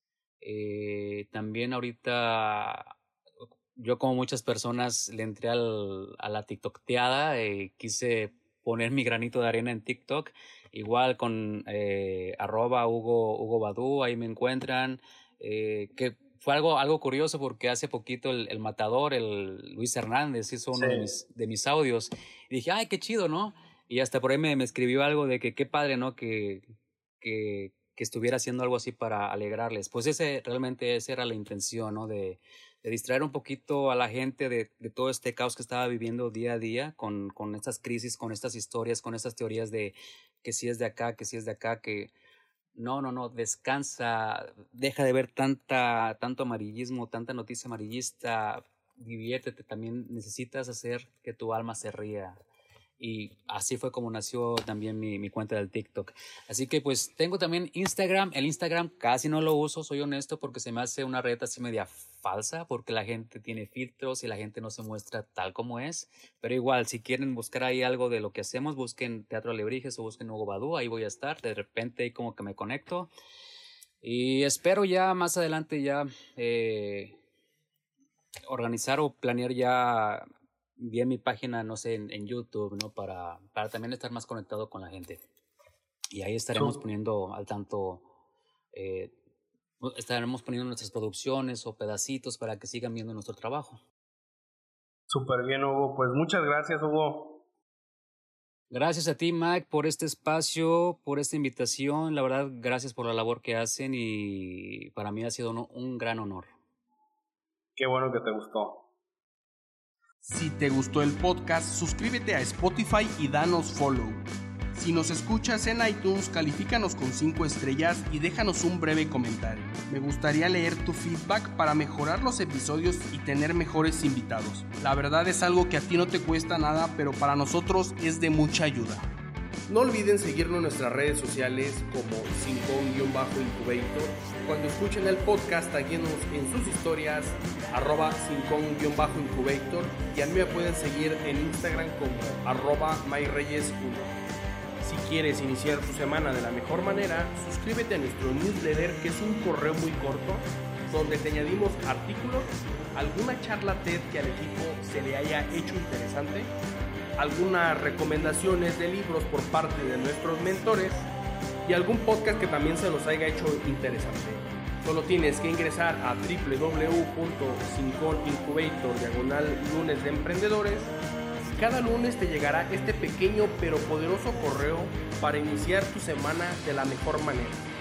Eh, también ahorita yo, como muchas personas, le entré al, a la TikTokteada, eh, quise poner mi granito de arena en TikTok, igual con eh, arroba Hugo, Hugo Badu, ahí me encuentran, eh, que fue algo, algo curioso porque hace poquito el, el matador, el Luis Hernández, hizo uno sí. de, mis, de mis audios, y dije, ay, qué chido, ¿no? Y hasta por ahí me, me escribió algo de que qué padre, ¿no? Que, que, que estuviera haciendo algo así para alegrarles. Pues ese realmente esa era la intención, ¿no? De, de distraer un poquito a la gente de, de todo este caos que estaba viviendo día a día con, con estas crisis, con estas historias, con estas teorías de que si es de acá, que si es de acá, que no, no, no, descansa, deja de ver tanta, tanto amarillismo, tanta noticia amarillista, diviértete, también necesitas hacer que tu alma se ría. Y así fue como nació también mi, mi cuenta del TikTok. Así que pues tengo también Instagram. El Instagram casi no lo uso, soy honesto, porque se me hace una red así media falsa, porque la gente tiene filtros y la gente no se muestra tal como es. Pero igual, si quieren buscar ahí algo de lo que hacemos, busquen Teatro Alebrijes o busquen Hugo Badu, ahí voy a estar. De repente ahí como que me conecto. Y espero ya más adelante ya eh, organizar o planear ya bien mi página, no sé, en, en YouTube, ¿no? Para, para también estar más conectado con la gente. Y ahí estaremos poniendo al tanto, eh, estaremos poniendo nuestras producciones o pedacitos para que sigan viendo nuestro trabajo. Súper bien, Hugo. Pues muchas gracias, Hugo. Gracias a ti, Mike, por este espacio, por esta invitación. La verdad, gracias por la labor que hacen y para mí ha sido un, un gran honor. Qué bueno que te gustó. Si te gustó el podcast, suscríbete a Spotify y danos follow. Si nos escuchas en iTunes, califícanos con cinco estrellas y déjanos un breve comentario. Me gustaría leer tu feedback para mejorar los episodios y tener mejores invitados. La verdad es algo que a ti no te cuesta nada, pero para nosotros es de mucha ayuda. No olviden seguirnos en nuestras redes sociales como Cincon-Incubator. Cuando escuchen el podcast, taguenos en sus historias arroba Cincon-Incubator y a mí me pueden seguir en Instagram como arroba MyReyes uno. Si quieres iniciar tu semana de la mejor manera, suscríbete a nuestro newsletter, que es un correo muy corto donde te añadimos artículos, alguna charla TED que al equipo se le haya hecho interesante, algunas recomendaciones de libros por parte de nuestros mentores y algún podcast que también se los haya hecho interesante. Solo tienes que ingresar a doble u doble u doble u punto cinconincubator diagonal lunes de emprendedores. Cada lunes te llegará este pequeño pero poderoso correo para iniciar tu semana de la mejor manera.